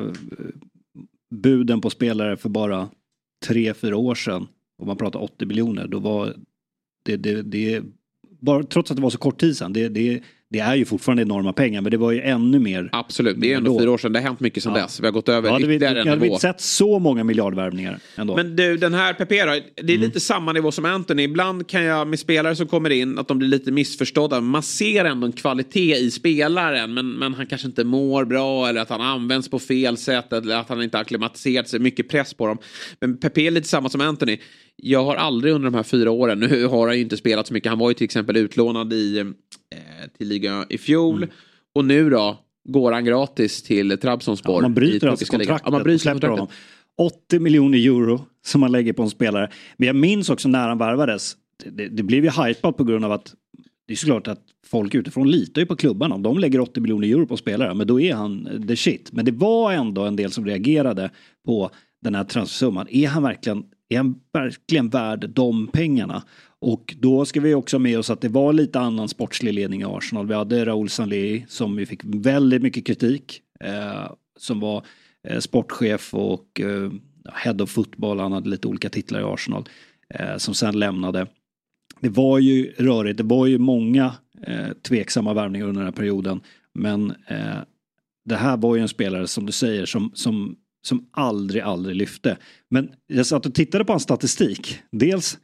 buden på spelare för bara 3-4 år sedan, om man pratar 80 miljoner, då var det bara, trots att det var så kort tid sedan, det är ju fortfarande enorma pengar, men det var ju ännu mer. Absolut, det är ändå 4 år sedan. Det har hänt mycket sedan dess. Vi har gått över ytterligare en nivå. Jag hade inte sett så många miljardvärvningar ändå. Men du, den här Pepe då, det är lite samma nivå som Anthony. Ibland kan jag med spelare som kommer in att de blir lite missförstådda. Man ser ändå en kvalitet i spelaren, men han kanske inte mår bra, eller att han används på fel sätt, eller att han inte har akklimatiserat sig. Mycket press på dem. Men Pepe är lite samma som Anthony. Jag har aldrig under de här 4 åren, nu har han ju inte spelat så mycket. Han var ju till exempel utlånad till ligan i fjol. Och nu då går han gratis till Trabzonspor. Man bryter alltså kontraktet och släpper honom. 80 miljoner euro som man lägger på en spelare. Men jag minns också när han värvades. Det blev ju hypat på grund av att det är såklart att folk utifrån litar ju på klubbarna. Om de lägger 80 miljoner euro på spelare, men då är han the shit. Men det var ändå en del som reagerade på den här transfersumman. Är är han verkligen värd de pengarna? Och då ska vi också med oss att det var lite annan sportslig ledning i Arsenal. Vi hade Raoul Sanley som vi fick väldigt mycket kritik. Som var sportchef och head of football. Han hade lite olika titlar i Arsenal. Som sen lämnade. Det var ju rörigt. Det var ju många tveksamma värvningar under den här perioden. Men det här var ju en spelare som du säger som aldrig lyfte. Men jag satt och tittade på hans statistik. Dels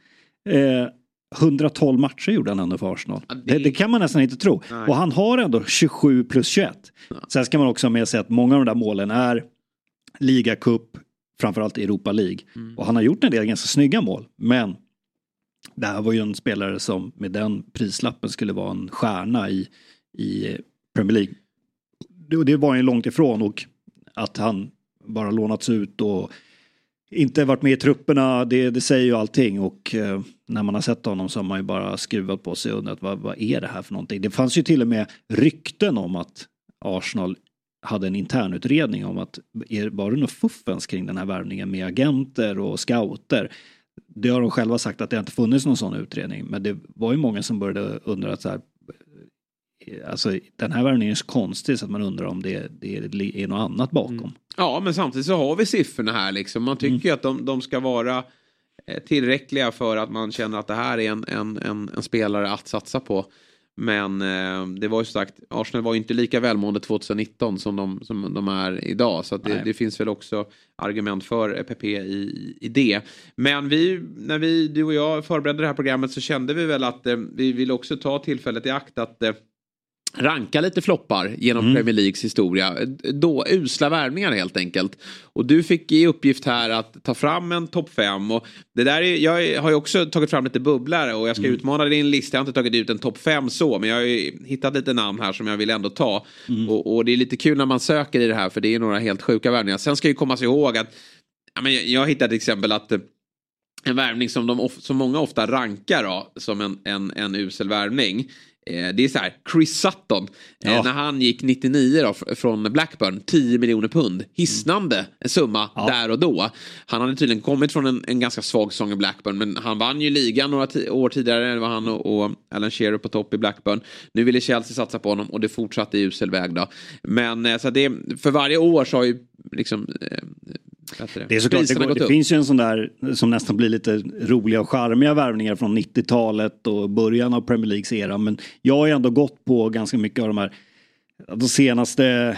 112 matcher gjorde han ändå för Arsenal. Det kan man nästan inte tro. Nej. Och han har ändå 27 plus 21. Ja. Sen ska man också ha med sig att många av de där målen är ligacup, framförallt Europa League. Och han har gjort en del ganska snygga mål. Men det här var ju en spelare som med den prislappen skulle vara en stjärna i Premier League. Det var ju långt ifrån, och att han bara lånats ut och inte varit med i trupperna, det säger ju allting. Och när man har sett honom så har man ju bara skruvat på sig och undrat vad är det här för någonting. Det fanns ju till och med rykten om att Arsenal hade en internutredning om att var det något fuffens kring den här värvningen med agenter och scouter. Det har de själva sagt att det inte funnits någon sån utredning, men det var ju många som började undra att så här, alltså den här värvningen är så konstig så att man undrar om det är något annat bakom. Ja, men samtidigt så har vi siffrorna här liksom. Man tycker ju att de ska vara tillräckliga för att man känner att det här är en spelare att satsa på. Men det var ju sagt, Arsenal var ju inte lika välmående 2019 som de är idag. Så att det finns väl också argument för PP i det. Men när du och jag förberedde det här programmet så kände vi väl att vi vill också ta tillfället i akt att ranka lite floppar genom Premier Leagues historia. Då usla värvningar helt enkelt. Och du fick i uppgift här att ta fram en topp 5. Och det där jag har ju också tagit fram lite bubblare och jag ska utmana din lista. Jag har inte tagit ut en topp 5 så, men jag har ju hittat lite namn här som jag vill ändå ta. Och det är lite kul när man söker i det här, för det är några helt sjuka värvningar. Sen ska ju komma sig ihåg att jag hittade till exempel att en värvning som många ofta rankar då, som en usel värvning. Det är så här, Chris Sutton när han gick 99 då, från Blackburn, 10 miljoner pund, hisnande summa där och då. Han hade tydligen kommit från en ganska svag säsong i Blackburn, men han vann ju ligan några år tidigare. Det var han och Alan Shearer på topp i Blackburn. Nu ville Chelsea satsa på honom och det fortsatte i usel väg då. Men så det, för varje år så har ju liksom det är såklart, det finns ju en sån där som nästan blir lite roliga och charmiga värvningar från 90-talet och början av Premier Leagues era, men jag har ju ändå gått på ganska mycket av de senaste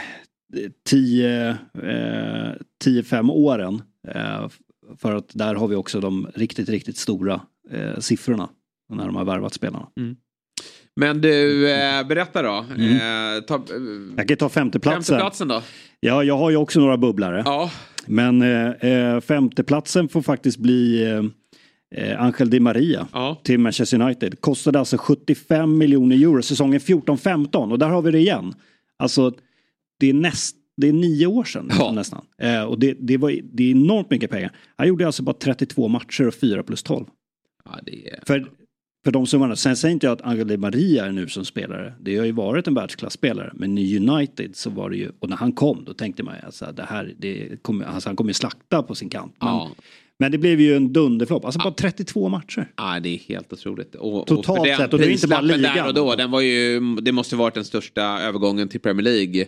10-5 åren, för att där har vi också de riktigt stora siffrorna när de har värvat spelarna. Men du, berätta då. Jag kan ta femteplatsen då. Ja, jag har ju också några bubblare. Ja. Men femteplatsen får faktiskt bli Angel Di Maria till Manchester United. Kostade alltså 75 miljoner euro säsongen 14-15. Och där har vi det igen. Alltså det är 9 år sedan nästan. Och det är enormt mycket pengar. Han gjorde alltså bara 32 matcher och 4 plus 12. Ja, det är... För de summarna. Sen säger inte jag att Angel Di Maria är nu som spelare. Det har ju varit en världsklasspelare. Men i United så var det ju... Och när han kom då tänkte man alltså, han kommer slakta på sin kant. Men det blev ju en dunderflopp. Alltså bara 32 matcher. Ja, det är helt otroligt. Totalt sett. Och det är inte bara ligan. Där och då, den var ju, det måste varit den största övergången till Premier League.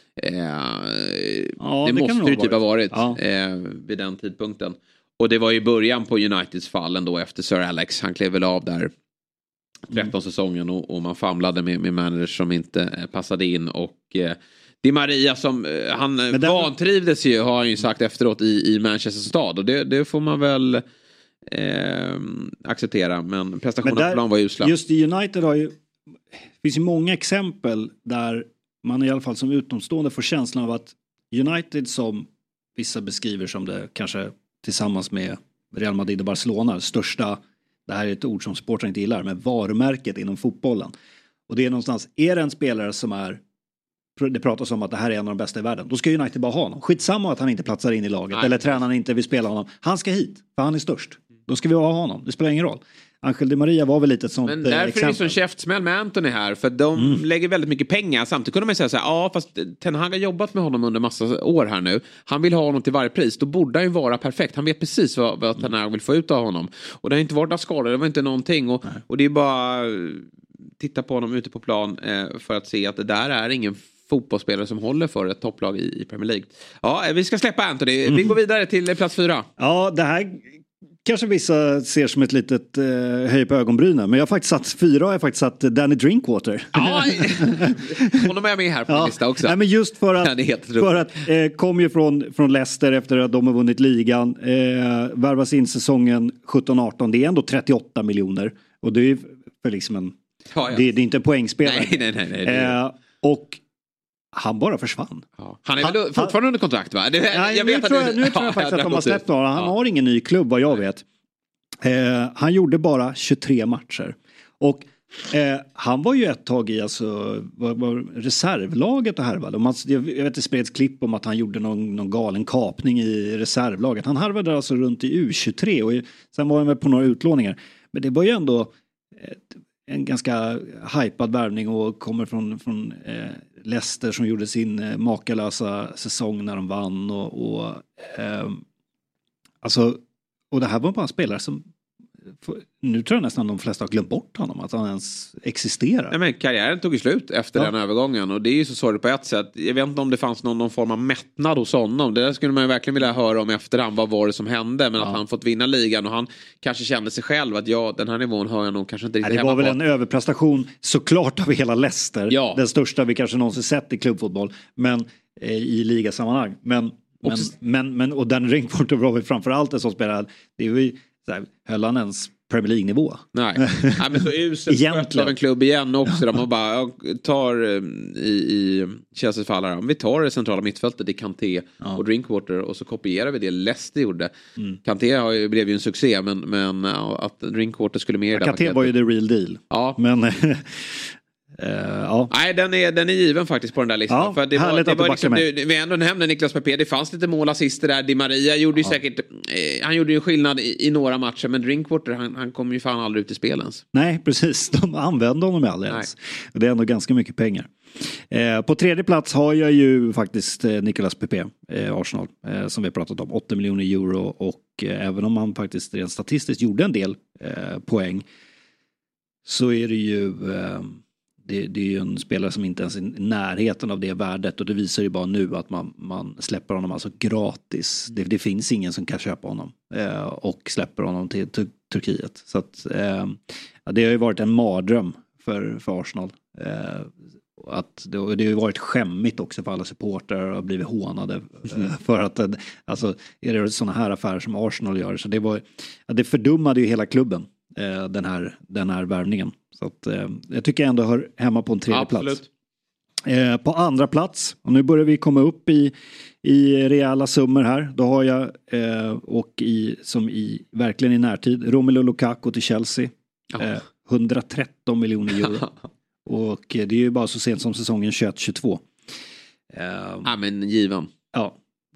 Det måste ju typ ha varit vid den tidpunkten. Och det var ju början på Uniteds fall ändå efter Sir Alex. Han klev väl av där 13 säsongen och man famlade med managers som inte passade in. Och Di Maria som han vantrivdes ju, har han ju sagt efteråt, i Manchester stad. Och det får man väl acceptera. Men prestationen på var ju usla. Just i United finns ju många exempel där man i alla fall som utomstående får känslan av att United, som vissa beskriver som det kanske tillsammans med Real Madrid och Barcelona största, det här är ett ord som sporten inte gillar, men varumärket inom fotbollen. Och det är någonstans, är det en spelare som det pratas om att det här är en av de bästa i världen, då ska United bara ha honom. Skitsamma att han inte platsar in i laget eller tränaren inte vill spela honom. Han ska hit, för han är störst. Då ska vi ha honom, det spelar ingen roll. Angel Di Maria var väl lite ett sånt men därför exempel. är det som käftsmäll med Anthony här. För de lägger väldigt mycket pengar. Samtidigt kunde man säga så här, ja fast Ten Hag har jobbat med honom under massa år här nu. Han vill ha honom till varje pris. Då borde han ju vara perfekt. Han vet precis vad Ten Hag vill få ut av honom. Och det har inte varit några skador, det var inte någonting. Och det är bara titta på honom ute på plan för att se att det där är ingen fotbollsspelare som håller för ett topplag i Premier League. Ja, vi ska släppa Anthony. Vi går vidare till plats 4. Ja, det här kanske vissa ser som ett litet höj på ögonbrynen. Men jag har faktiskt satt 4 har jag faktiskt satt Danny Drinkwater. Ja, honom är med här på lista också. Nej, men just för att kom ju från Leicester efter att de har vunnit ligan. Värvas in säsongen 17-18. Det är ändå 38 miljoner. Och det är för liksom en... Ja. Det är inte en poängspelare. Nej. Och han bara försvann. Ja. Han är väl fortfarande under kontrakt, va? Nu tror jag faktiskt att de har släppt honom. Han har ingen ny klubb vad jag vet. Han gjorde bara 23 matcher. Och han var ju ett tag i var reservlaget och härvade. Jag vet det spreds klipp om att han gjorde någon galen kapning i reservlaget. Han harvade alltså runt i U23 och sen var han väl på några utlåningar. Men det var ju ändå en ganska hypad värvning och kommer från Leicester som gjorde sin makalösa säsong när de vann och det här var bara en spelare som nu tror jag nästan de flesta har glömt bort honom att han ens existerar. Nej, men karriären tog ju slut efter den övergången och det är ju så sorgligt på ett sätt. Jag vet inte om det fanns någon form av mättnad hos honom. Det där skulle man ju verkligen vilja höra om efterhand. Vad var det som hände? Men att han fått vinna ligan och han kanske kände sig själv att den här nivån hör jag nog kanske inte riktigt hemma på. Det var väl en överprestation såklart av hela Leicester. Ja. Den största vi kanske någonsin sett i klubbfotboll. Men i ligasammanhang. Men och den Drinkwater var väl framförallt en sån spelare. Det är ju höll han ens Premier League-nivå. Nej, men så uselt av en klubb igen också. De bara tar i Chelseas fall här. Vi tar det centrala mittfältet, det är Kanté och Drinkwater och så kopierar vi det Leicester gjorde. Kanté blev ju en succé men att Drinkwater skulle med i det Kanté paketet. var ju the real deal. Ja. Men nej, den är given faktiskt på den där listan. Ja, för det var liksom, vi ändå nämnde Niklas Pepe. Det fanns lite målassister där. Di Maria gjorde ju säkert han gjorde ju skillnad i några matcher, men Drinkwater han kom ju fan aldrig ut i spelens. Nej, precis. De använde honom aldrig ens. Det är ändå ganska mycket pengar. På tredje plats har jag ju faktiskt Nicolas Pepe, Arsenal, som vi har pratat om, 8 miljoner euro och även om han faktiskt rent statistiskt gjorde en del poäng så är det ju det är ju en spelare som inte ens är i närheten av det värdet och det visar ju bara nu att man släpper honom alltså gratis. Det finns ingen som kan köpa honom och släpper honom till Turkiet. Så att det har ju varit en mardröm för Arsenal. Det har ju varit skämmigt också för alla supportrar och har blivit hånade för att alltså är det sådana här affärer som Arsenal gör så det fördummade ju hela klubben den här värvningen. Så att, jag tycker jag ändå hör hemma på en tredje plats. På andra plats, och nu börjar vi komma upp i rejäla summor här. Då har jag verkligen i närtid Romelu Lukaku till Chelsea. 113 miljoner euro. Och det är ju bara så sent som säsongen 21-22. Men given. Ja,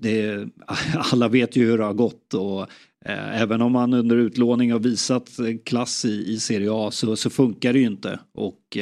alla vet ju hur det har gått och även om man under utlåning har visat klass i Serie A så funkar det ju inte. Och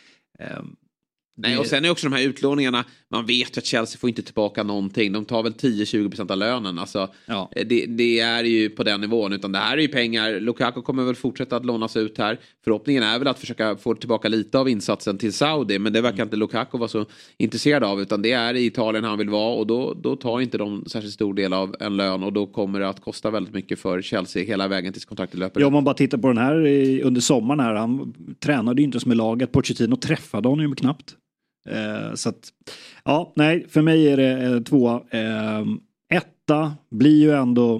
nej, och sen är också de här utlåningarna, man vet att Chelsea får inte tillbaka någonting. De tar väl 10-20% av lönen. Alltså, det är ju på den nivån. Utan det här är ju pengar. Lukaku kommer väl fortsätta att lånas ut här. Förhoppningen är väl att försöka få tillbaka lite av insatsen till Saudi. Men det verkar inte Lukaku vara så intresserad av. Utan det är i Italien han vill vara. Och då tar inte de särskilt stor del av en lön. Och då kommer det att kosta väldigt mycket för Chelsea hela vägen tills kontraktet löper. Ja, om man bara tittar på den här under sommaren här. Han tränade ju inte som med laget. Pochettino träffade honom ju knappt. Så att, för mig är det 2. Etta blir ju ändå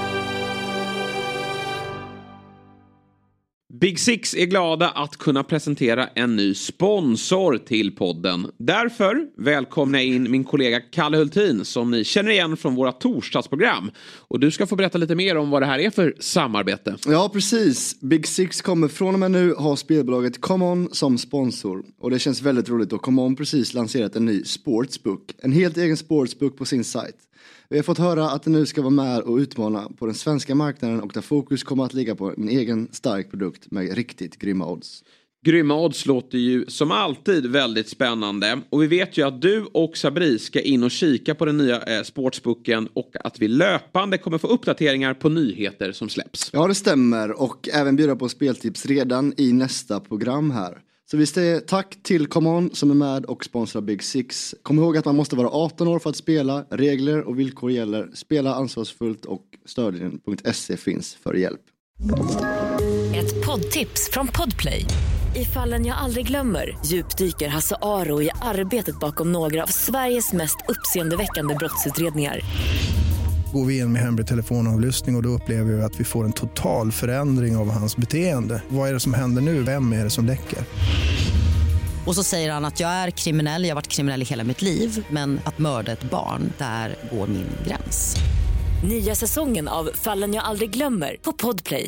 Big Six är glada att kunna presentera en ny sponsor till podden. Därför välkomnar jag in min kollega Kalle Hultin som ni känner igen från våra torsdagsprogram. Och du ska få berätta lite mer om vad det här är för samarbete. Ja, precis. Big Six kommer från och med nu ha spelbolaget ComeOn som sponsor. Och det känns väldigt roligt och ComeOn precis lanserat en ny sportsbook. En helt egen sportsbook på sin sajt. Vi har fått höra att det nu ska vara med och utmana på den svenska marknaden och där fokus kommer att ligga på min egen stark produkt med riktigt grymma odds. Grymma odds låter ju som alltid väldigt spännande. Och vi vet ju att du och Sabri ska in och kika på den nya sportsbooken. Och att vi löpande kommer få uppdateringar på nyheter som släpps. Ja, det stämmer. Och även bjuda på speltips redan i nästa program här. Så vi säger tack till ComeOn som är med och sponsrar Big Six. Kom ihåg att man måste vara 18 år för att spela. Regler och villkor gäller. Spela ansvarsfullt och stödlinjen.se finns för hjälp. Ett poddtips från Podplay. I Fallen jag aldrig glömmer djupdyker Hasse Aro i arbetet bakom några av Sveriges mest uppseendeväckande brottsutredningar. Går vi in med hemlig telefonavlyssning och då upplever vi att vi får en total förändring av hans beteende. Vad är det som händer nu? Vem är det som läcker? Och så säger han att jag är kriminell, jag har varit kriminell i hela mitt liv. Men att mörda ett barn, där går min gräns. Nya säsongen av Fallen jag aldrig glömmer på Podplay.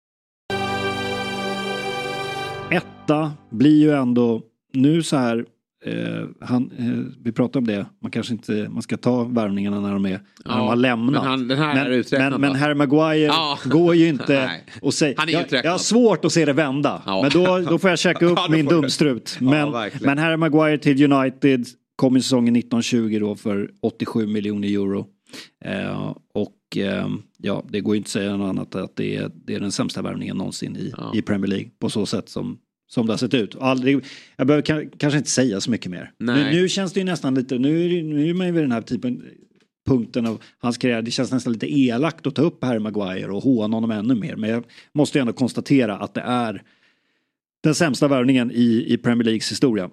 Etta blir ju ändå nu så här, vi pratar om det, man ska ta värvningarna när de har lämnat. Men Harry Maguire går ju inte och säger, jag har svårt att se det vända. Men då får jag checka upp min dumstrut. Men Harry Maguire till United kom i säsongen 1920 då för 87 miljoner euro. Det går ju inte att säga något annat att det är den sämsta värvningen någonsin i Premier League på så sätt som det har sett ut. Jag behöver kanske inte säga så mycket mer. Nu känns det ju nästan lite, nu är man ju vid den här punkten av hans karriär. Det känns nästan lite elakt att ta upp Harry Maguire och håna honom ännu mer. Men jag måste ju ändå konstatera att det är den sämsta värvningen i Premier Leagues historia.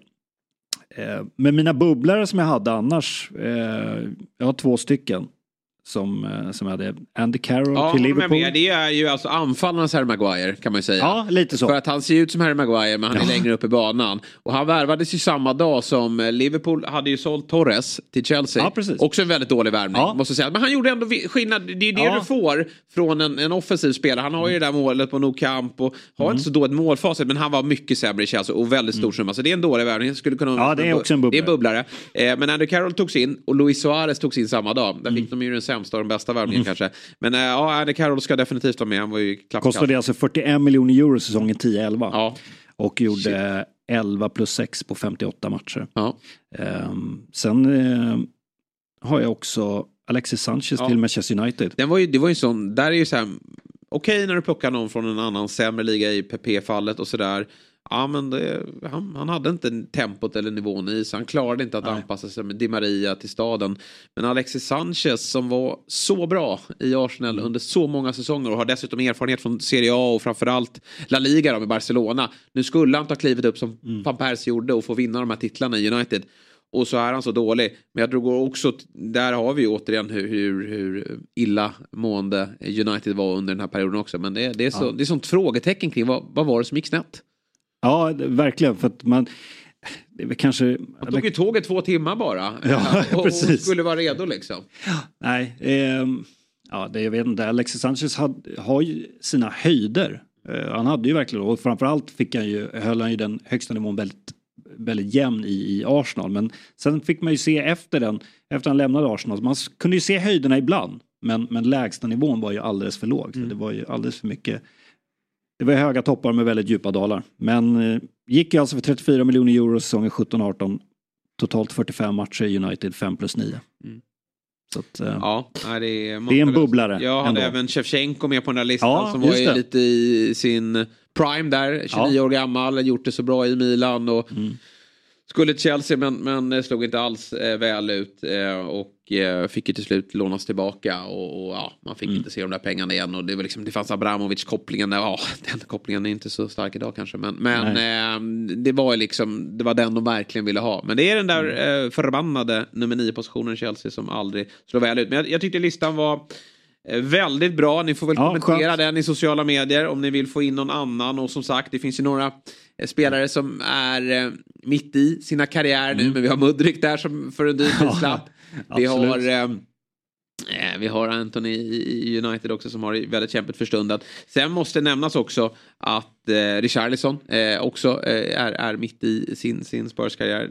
Men mina bubblare som jag hade annars, jag har 2 stycken som hade Andy Carroll till Liverpool. Men det är ju alltså anfallarnas Harry Maguire kan man ju säga. Ja, lite så. För att han ser ut som Harry Maguire men han är längre upp i banan. Och han värvades ju samma dag som Liverpool hade ju sålt Torres till Chelsea. Ja, precis. Också en väldigt dålig värvning måste jag säga. Men han gjorde ändå skillnad. Det är det du får från en offensiv spelare. Han har ju det där målet på Nou Camp och har inte så dåligt målfacit men han var mycket sämre i Chelsea och väldigt stor summa. Så det är en dålig värvning. Det är också en bubblare. Det är bubblare. Men Andy Carroll togs in och Luis Suarez togs in samma dag. Där fick de ju den sämsta och den bästa värvningen kanske. Men Andy Carroll ska definitivt vara med. Han var ju kostade alltså 41 miljoner euro säsongen 10-11. Och gjorde 11 plus 6 på 58 matcher. Sen har jag också Alexis Sanchez till Manchester United. Det var ju sån, där är ju så här okej när du plockar någon från en annan sämre liga i PP-fallet och sådär. Ja, men han hade inte tempot eller nivån i så han klarade inte att anpassa sig med Di Maria till staden. Men Alexis Sanchez som var så bra i Arsenal under så många säsonger och har dessutom erfarenhet från Serie A och framförallt La Liga med Barcelona. Nu skulle han ta klivet upp som Van Persie gjorde och få vinna de här titlarna i United. Och så är han så dålig. Men jag tror också, där har vi återigen hur illa mående United var under den här perioden också. Men det är sånt frågetecken kring vad var det som gick snett? Ja, verkligen. För att man kanske... Man tog ju tåget 2 timmar bara. Och skulle vara redo liksom. Nej, jag vet inte. Alexis Sanchez har ju sina höjder. Han hade ju verkligen, och framförallt höll han ju den högsta nivån väldigt, väldigt jämn i Arsenal. Men sen fick man ju se efter han lämnade Arsenal. Man kunde ju se höjderna ibland. Men lägsta nivån var ju alldeles för låg. Det var ju alldeles för mycket... Det var höga toppar med väldigt djupa dalar. Men gick ju alltså för 34 miljoner euro säsongen 17-18. Totalt 45 matcher i United, 5 plus 9. Så att, det är en bubblare. Jag hade även Shevchenko med på den där listan som var ju lite i sin prime där. 29 år gammal, gjort det så bra i Milan och skulle till Chelsea men slog inte alls väl ut och fick ju till slut lånas tillbaka och man fick inte se de där pengarna igen och det var liksom, det fanns Abramovic-kopplingen den kopplingen är inte så stark idag kanske men det var liksom, det var den de verkligen ville ha, men det är den där förbannade nummer 9-positionen i Chelsea som aldrig slår väl ut, men jag tyckte listan var väldigt bra, ni får väl kommentera den i sociala medier om ni vill få in någon annan och som sagt, det finns ju några spelare som är mitt i sina karriär nu, men vi har Mudryk där som för en dyr prislapp. Vi har Vi har Anthony i United också som har väldigt kämpigt för stunden. Sen måste nämnas också att Richarlison också är mitt i sin Spurs-karriär.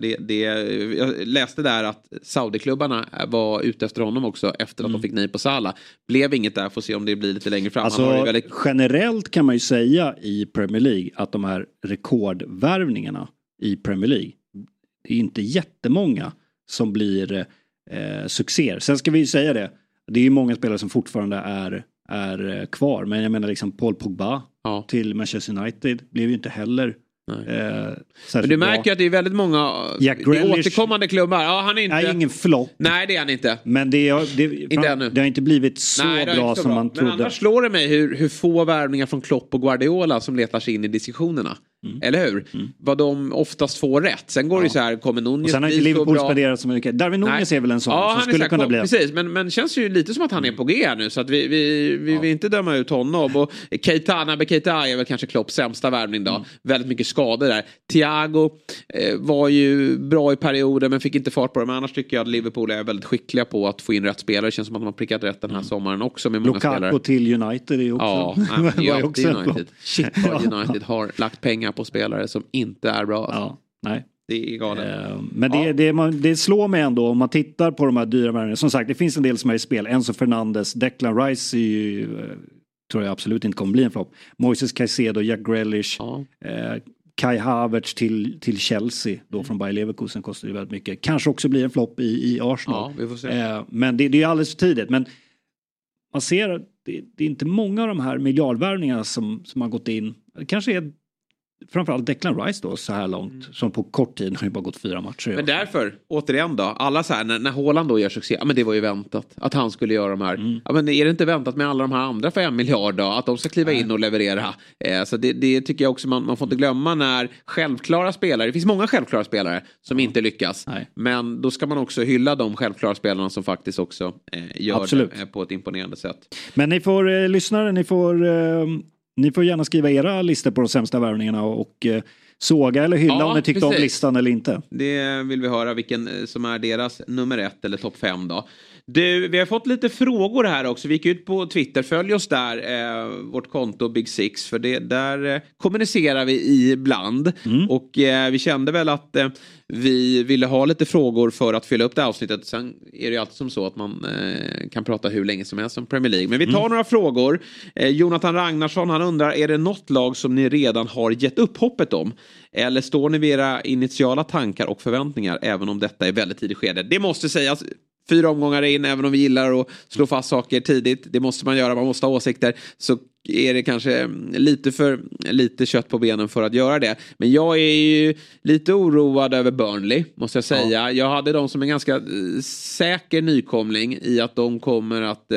Jag läste där att Saudi-klubbarna var ute efter honom också efter att de fick nej på Salah. Blev inget där, får se om det blir lite längre fram. Alltså, generellt kan man ju säga i Premier League att de här rekordvärvningarna i Premier League, det är inte jättemånga som blir succéer. Sen ska vi ju säga det. Det är ju många spelare som fortfarande är kvar. Men jag menar liksom Paul Pogba till Manchester United blev ju inte heller men du märker ju att det är väldigt många återkommande klubbar. Ja, han är inte... Nej, ingen flopp. Nej, det är han inte. Men det har inte blivit så bra som man trodde. Men annars slår det mig hur få värvningar från Klopp och Guardiola som letar sig in i diskussionerna. Eller hur? Vad de oftast får rätt. Sen går det så här, kommer Nunez. Och sen har inte Liverpool spenderat så mycket. Darwin Nunez är väl en sån som skulle kunna bli. Precis, men känns ju lite som att han är på G nu. Så att vi vill inte döma ut honom. Och Naby Keita är väl kanske Klopps sämsta värvning då. Väldigt mycket skador där. Thiago var ju bra i perioden men fick inte fart på det. Men annars tycker jag att Liverpool är väldigt skickliga på att få in rätt spelare. Det känns som att de har prickat rätt den här sommaren också med många spelare. Lukaku till United är ju också. Ja, också United. Shit vad United har lagt pengar på spelare som inte är bra. Ja, nej. Det är galet. Men det slår mig ändå om man tittar på de här dyra värvningarna. Som sagt, det finns en del som är i spel. Enzo Fernandes, Declan Rice är ju, tror jag absolut inte kommer bli en flopp. Moises Caicedo, Jack Grealish, Kai Havertz till Chelsea då från Bayer Leverkusen kostar ju väldigt mycket. Kanske också blir en flopp i Arsenal. Ja, vi får se. Men det är alldeles för tidigt. Men man ser att det är inte många av de här miljardvärvningarna som har gått in. Det kanske är framförallt Declan Rice då så här långt som på kort tid har ju bara gått 4 matcher. Men därför, återigen då, alla så här när Haaland då gör succé, men det var ju väntat att han skulle göra de här. Ja, men är det inte väntat med alla de här andra för 1 miljard då, att de ska kliva in och leverera? Så det tycker jag också man får inte glömma när självklara spelare, det finns många självklara spelare som inte lyckas. Men då ska man också hylla de självklara spelarna som faktiskt också gör det på ett imponerande sätt. Men ni får lyssnare, ni får gärna skriva era listor på de sämsta värvningarna och såga eller hylla om ni tyckte om listan eller inte. Det vill vi höra vilken som är deras nummer 1 eller topp 5 då. Vi har fått lite frågor här också. Vi gick ut på Twitter. Följ oss där, vårt konto Big Six. För där kommunicerar vi ibland. Och vi kände väl att vi ville ha lite frågor för att fylla upp det avsnittet. Sen är det ju alltid som så att man kan prata hur länge som helst om Premier League. Men vi tar några frågor. Jonathan Ragnarsson, han undrar, är det något lag som ni redan har gett upp hoppet om? Eller står ni vid era initiala tankar och förväntningar även om detta är väldigt tidigt skede? Det måste sägas 4 omgångar in, även om vi gillar att slå fast saker tidigt. Det måste man göra, man måste ha åsikter. Så är det kanske lite kött på benen för att göra det. Men jag är ju lite oroad över Burnley, måste jag säga. Ja. Jag hade dem som en ganska säker nykomling i att de kommer att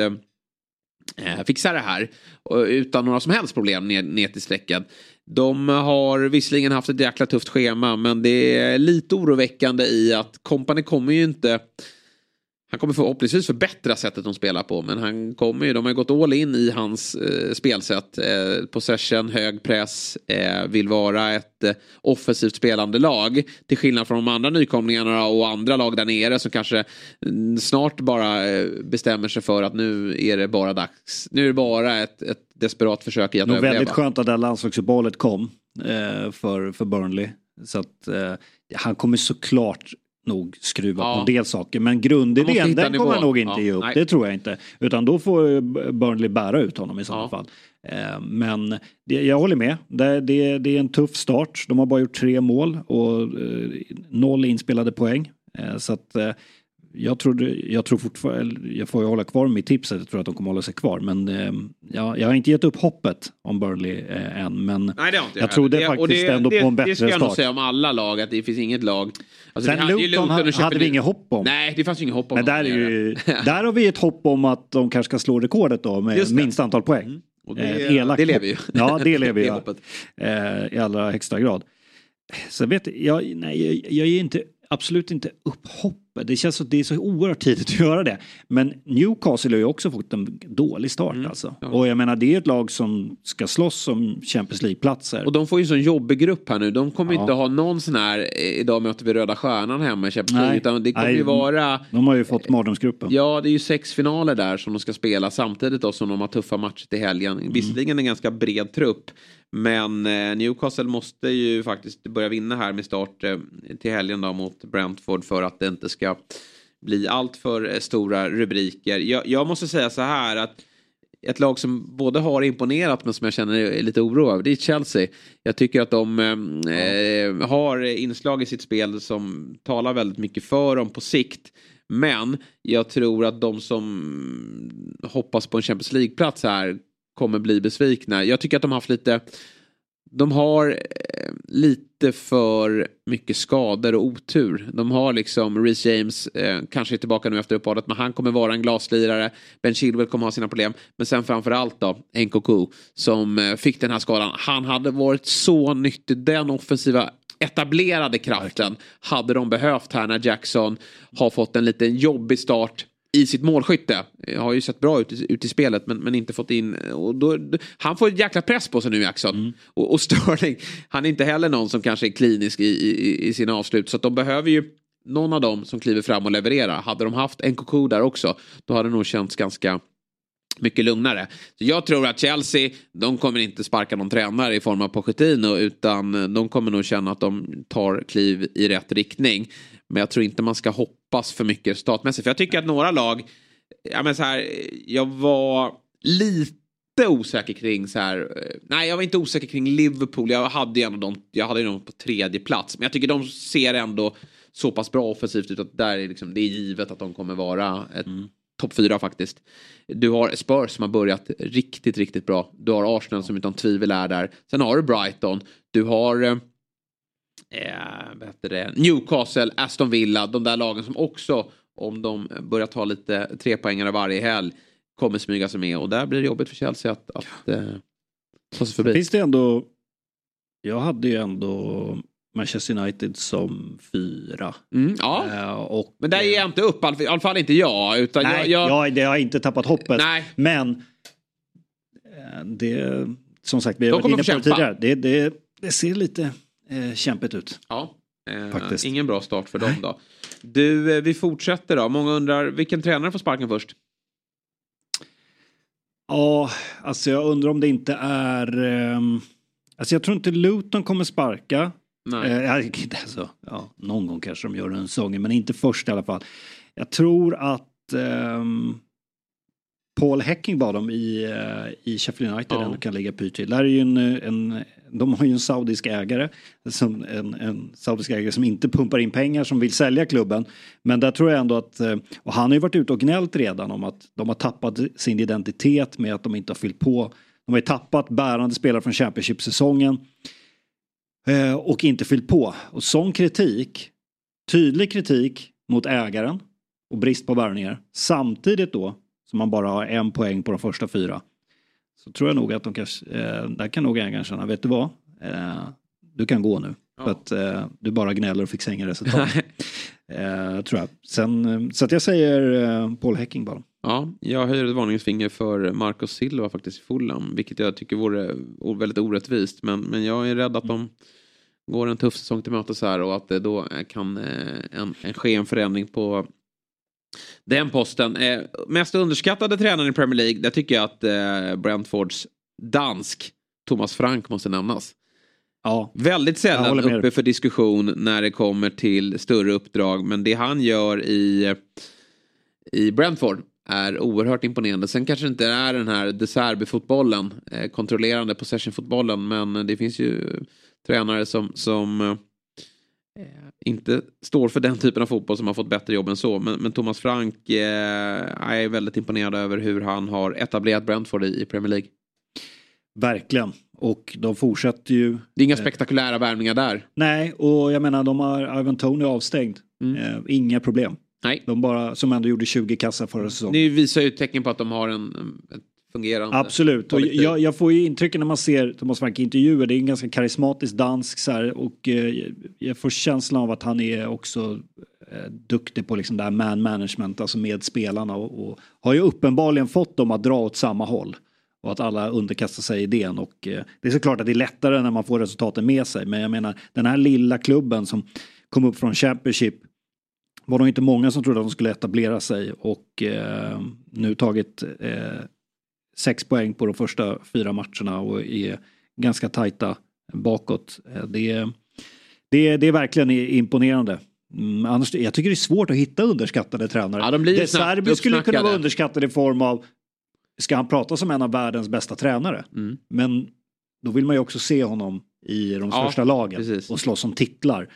fixa det här utan några som helst problem ner till sträckan. De har visserligen haft ett jäkla tufft schema, men det är lite oroväckande i att Kompany kommer ju inte... Han kommer förhoppningsvis förbättra sättet de spelar på, men de har gått all in i hans spelsätt. Possession, hög press, vill vara ett offensivt spelande lag. Till skillnad från de andra nykomlingarna och andra lag där nere som kanske snart bara bestämmer sig för att nu är det bara dags. Nu är det bara ett desperat försök i att överleva. Det var väldigt skönt att det landslagsuppehållet kom för Burnley. Så att han kommer såklart nog skruva på en del saker. Men grundidén, den kommer han nog inte ge upp. Det tror jag inte. Utan då får Burnley bära ut honom i sådana fall. Men jag håller med. Det är en tuff start. De har bara gjort 3 mål och 0 inspelade poäng. Så att jag tror fortfarande, jag får ju hålla kvar med tipset. Jag tror att de kommer hålla sig kvar. Men jag har inte gett upp hoppet om Burnley än. Men nej, det har inte jag tror det faktiskt ändå på en bättre start. Det ska jag nog säga om alla lag, att det finns inget lag. Alltså, sen Luton hade vi inget hopp om. Nej, det fanns ju inget hopp om. Men där har vi ett hopp om att de kanske ska slå rekordet då med minst antal poäng. Och det lever ju. Ja, det lever ju. I allra högsta grad. Så vet jag ger absolut inte upp hoppet Det känns som att det är så oerhört tidigt att göra det. Men Newcastle har ju också fått en dålig start alltså. Ja. Och jag menar det är ett lag som ska slåss om Champions League-platser. Och de får ju sån jobbig grupp här nu. De kommer inte ha någon sån här, idag möter vi Röda Stjärnan hemma i Champions League. Utan det kommer ju vara... De har ju fått mardrömsgruppen. Ja, det är ju 6 finaler där som de ska spela samtidigt då som de har tuffa matcher till helgen. Visserligen en ganska bred trupp. Men Newcastle måste ju faktiskt börja vinna här med start till helgen då mot Brentford för att det inte ska bli allt för stora rubriker. Jag måste säga så här att ett lag som både har imponerat men som jag känner är lite oro över, det är Chelsea. Jag tycker att de har inslag i sitt spel som talar väldigt mycket för dem på sikt. Men jag tror att de som hoppas på en Champions League-plats här kommer bli besvikna. Jag tycker att de har lite för mycket skador och otur. De har liksom Reece James, kanske är tillbaka nu efter uppehållet, men han kommer vara en glaslirare. Ben Chilwell kommer ha sina problem. Men sen framförallt då, Nkunku som fick den här skadan. Han hade varit så nyttig, den offensiva etablerade kraften hade de behövt här när Jackson har fått en liten jobbig start i sitt målskytte. Har ju sett bra ut i spelet men inte fått in och då, han får jäkla press på sig nu Jackson. Och Sterling, han är inte heller någon som kanske är klinisk i sina avslut, så att de behöver ju någon av dem som kliver fram och levererar. Hade de haft Nkunku där också, då hade det nog känts ganska mycket lugnare. Så jag tror att Chelsea, de kommer inte sparka någon tränare i form av Pochettino, utan de kommer nog känna att de tar kliv i rätt riktning. Men jag tror inte man ska hoppas för mycket resultatmässigt. För jag tycker att några lag, jag var lite osäker kring så här. Nej, jag var inte osäker kring Liverpool. Jag hade ju dem på 3:e plats. Men jag tycker de ser ändå så pass bra offensivt ut att där är liksom, det är givet att de kommer vara ett topp 4 faktiskt. Du har Spurs som har börjat riktigt, riktigt bra. Du har Arsenal som utan tvivel är där. Sen har du Brighton. Du har Newcastle, Aston Villa, de där lagen som också, om de börjar ta lite 3-poängare varje helg, kommer smyga sig med, och där blir det jobbigt för Chelsea att ta sig förbi. Finns det ändå, jag hade ju ändå Manchester United som 4. Men där ger jag inte upp, i alla fall inte jag. Utan nej, det har jag inte tappat hoppet. Nej. Men det, som sagt, vi har varit inne på det tidigare. Det ser lite kämpigt ut. Ja, ingen bra start för dem då. Du, vi fortsätter då. Många undrar, vilken tränare får sparken först? Ja, alltså jag undrar om det inte är... Alltså jag tror inte Luton kommer sparka. Nej. Alltså, någon gång kanske de gör en säsong, men inte först i alla fall. Jag tror att Paul Hecking var de i Sheffield United ändå kan lägga pyrt till. Där är ju de har ju en saudisk ägare, en saudisk ägare som inte pumpar in pengar, som vill sälja klubben. Men där tror jag ändå att, och han har ju varit ute och gnällt redan om att de har tappat sin identitet med att de inte har fyllt på. De har ju tappat bärande spelare från Championship-säsongen och inte fyllt på. Och sån kritik, tydlig kritik mot ägaren och brist på värvningar, samtidigt då som man bara har 1 poäng på de första 4, så tror jag nog att de kanske, där kan nog ägaren känna, vet du vad, du kan gå nu. För att du bara gnäller och fixar ingen resultat. Tror jag. Sen, så att jag säger Paul Hecking bara. Ja, jag höjer ett varningsfinger för Marcos Silva faktiskt i Fulham, vilket jag tycker vore väldigt orättvist. Men jag är rädd att de går en tuff säsong till mötes här, och att det då kan ske en förändring på den posten. Mest underskattade tränaren i Premier League, där tycker jag att Brentfords dansk Thomas Frank måste nämnas. Ja, väldigt sällan uppe för diskussion när det kommer till större uppdrag, men det han gör i Brentford är oerhört imponerande. Sen kanske det inte är den här De Serbi-fotbollen, kontrollerande possession-fotbollen, men det finns ju tränare som inte står för den typen av fotboll som har fått bättre jobb än så. Men Thomas Frank är väldigt imponerad över hur han har etablerat Brentford i Premier League. Verkligen. Och de fortsätter ju... Det är inga spektakulära värvningar där. Nej, och jag menar, de har Ivan Toney avstängd. Inga problem. Nej. De bara, som ändå gjorde 20 kassar förra säsongen. Det visar ju tecken på att de har ett fungerande... Absolut. Och jag får ju intrycken när man ser Thomas Frank intervjuer. Det är en ganska karismatisk dansk så här, och jag får känslan av att han är också duktig på liksom det här man management, alltså med spelarna och har ju uppenbarligen fått dem att dra åt samma håll. Och att alla underkastar sig idén. Och det är såklart att det är lättare när man får resultaten med sig. Men jag menar, den här lilla klubben som kom upp från Championship var nog inte många som trodde att de skulle etablera sig. Och nu tagit 6 poäng på de första 4 matcherna och är ganska tajta bakåt. Det är verkligen imponerande. Annars, jag tycker det är svårt att hitta underskattade tränare. Ja, de blir Serbi skulle kunna vara underskattad i form av, ska han prata som en av världens bästa tränare? Men då vill man ju också se honom i de största lagen. Precis. Och slåss om titlar.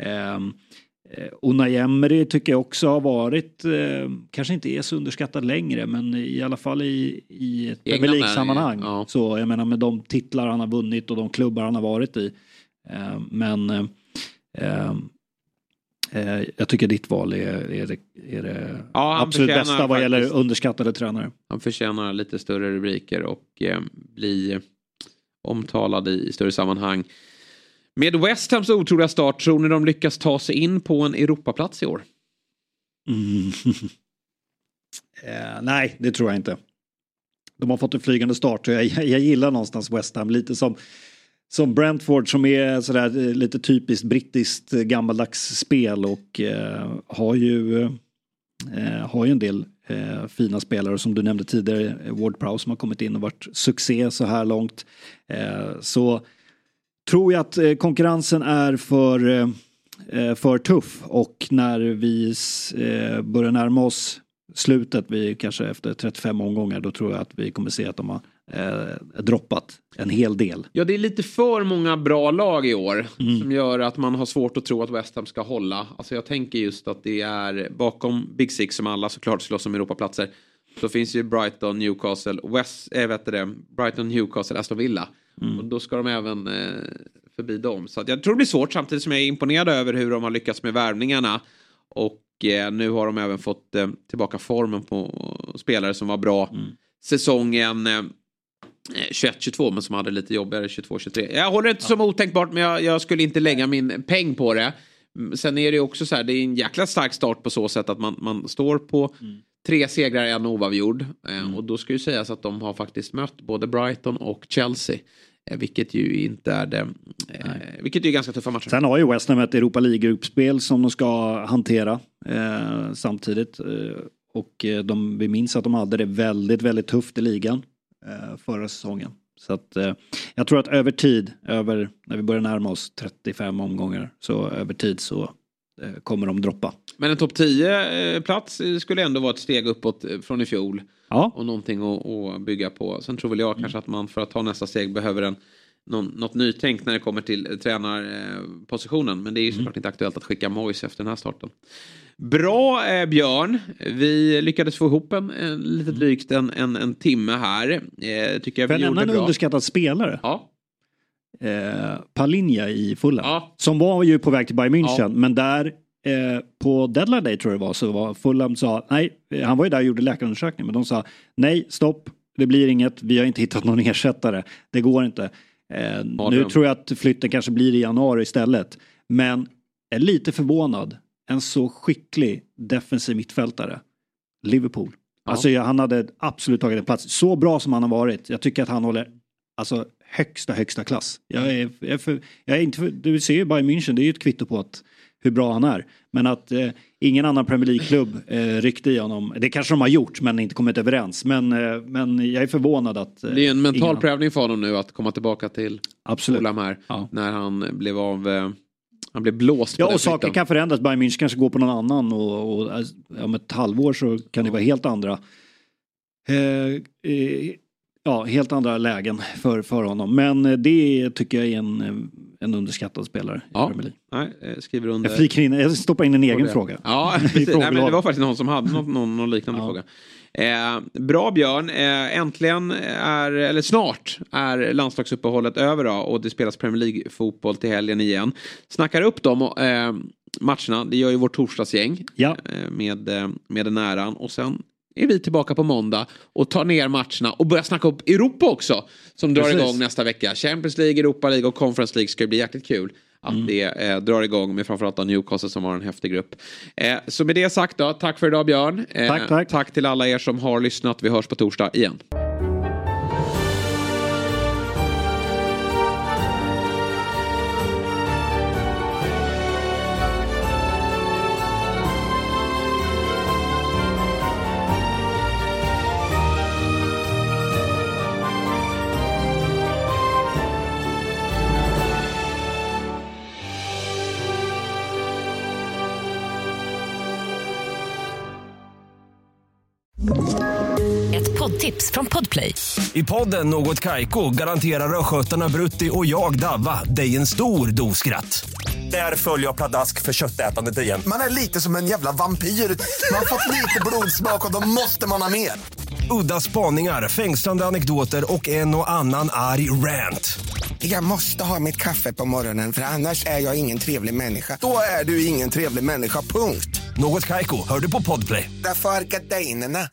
Unai Emery tycker jag också har varit, kanske inte är så underskattad längre, men i alla fall i ett Premier League-sammanhang. Ja. Så jag menar med de titlar han har vunnit och de klubbar han har varit i. Jag tycker ditt val är det absolut bästa vad gäller underskattade tränare. Han förtjänar lite större rubriker och bli omtalad i större sammanhang. Med West Hams otroliga start, tror ni de lyckas ta sig in på en Europaplats i år? Nej, det tror jag inte. De har fått en flygande start och jag gillar någonstans West Ham lite som Brentford som är sådär lite typiskt brittiskt gammaldags spel och har ju en del fina spelare som du nämnde tidigare, Ward-Prowse som har kommit in och varit succé så här långt. Så tror jag att konkurrensen är för tuff och när vi börjar närma oss slutet, vi kanske efter 35 omgångar, då tror jag att vi kommer se att de har droppat en hel del. Ja, det är lite för många bra lag i år som gör att man har svårt att tro att West Ham ska hålla. Alltså jag tänker just att det är bakom Big Six som alla såklart slåss om Europaplatser. Så finns ju Brighton, Newcastle, Brighton, Newcastle, Aston Villa. Och då ska de även förbi dem. Så att jag tror det blir svårt, samtidigt som jag är imponerad över hur de har lyckats med värvningarna. Och nu har de även fått tillbaka formen på spelare som var bra säsongen 21-22, men som hade lite jobbigare 22-23. Jag håller inte som otänkbart, men jag skulle inte lägga min peng på det. Sen är det också så här, det är en jäkla stark start på så sätt att man står på 3 segrar, en oavgjord. Och då ska ju sägas att de har faktiskt mött både Brighton och Chelsea. Vilket ju inte är det. Vilket är ganska tuffa matcher. Sen har ju West Ham ett Europa League-gruppspel som de ska hantera samtidigt. Och vi minns att de hade det väldigt, väldigt tufft i ligan förra säsongen. Så att jag tror att över tid, när vi börjar närma oss 35 omgångar, så över tid så kommer de droppa. Men en topp 10-plats skulle ändå vara ett steg uppåt från i fjol. Ja. Och någonting att bygga på. Sen tror väl jag kanske att man för att ta nästa steg behöver något nytänk när det kommer till tränarpositionen. Men det är ju såklart inte aktuellt att skicka Moyes efter den här starten. Bra Björn. Vi lyckades få ihop lite drygt en timme här. Tycker jag vi gjorde bra. En underskattad spelare. Ja. Palinja i Fulham. Ja. Som var ju på väg till Bayern München. Ja. Men där på deadline day tror jag det var, så var Fulham sa nej, han var ju där och gjorde läkarundersökning, men de sa nej, stopp, det blir inget, vi har inte hittat någon ersättare, det går inte. Nu tror jag att flytten kanske blir i januari istället, men är lite förvånad, en så skicklig defensiv mittfältare, Liverpool. Ja. Alltså han hade absolut tagit en plats, så bra som han har varit. Jag tycker att han håller alltså högsta klass. Jag är inte du ser ju Bayern München, det är ju ett kvitto på att hur bra han är. Men att ingen annan Premier League-klubb ryckte i honom. Det kanske de har gjort, men inte kommit överens. Men jag är förvånad att... det är en mental prövning för honom nu att komma tillbaka till Fulham här. Ja. När han blev han blev blåst på och saker kan förändras. Bayern München kanske går på någon annan. Och om ett halvår så kan det vara helt andra... helt andra lägen för honom. Men det tycker jag är en underskattad spelare. Ja, nej, skriver under. Jag stoppar in en egen fråga. Ja, precis. Nej, men det var faktiskt någon som hade någon liknande fråga. Bra Björn, äntligen snart är landslagsuppehållet över då, och det spelas Premier League-fotboll till helgen igen. Snackar upp de matcherna, det gör ju vårt torsdagsgäng med den äran, och sen är vi tillbaka på måndag och tar ner matcherna och börjar snacka upp Europa också, som drar igång nästa vecka. Champions League, Europa League och Conference League ska bli jäkligt kul att det drar igång med framförallt Newcastle som har en häftig grupp. Så med det sagt då, tack för idag Björn. Tack till alla er som har lyssnat. Vi hörs på torsdag igen. Tips från Podplay. I podden Något Kaiko garanterar röskötarna Brutti och jag Davva dig en stor doskratt. Där följer jag pladask för köttätandet igen. Man är lite som en jävla vampyr. Man har fått lite blodsmak och då måste man ha mer. Udda spaningar, fängslande anekdoter och en och annan arg rant. Jag måste ha mitt kaffe på morgonen för annars är jag ingen trevlig människa. Då är du ingen trevlig människa, punkt. Något Kaiko, hör du på Podplay. Därför är gardinerna.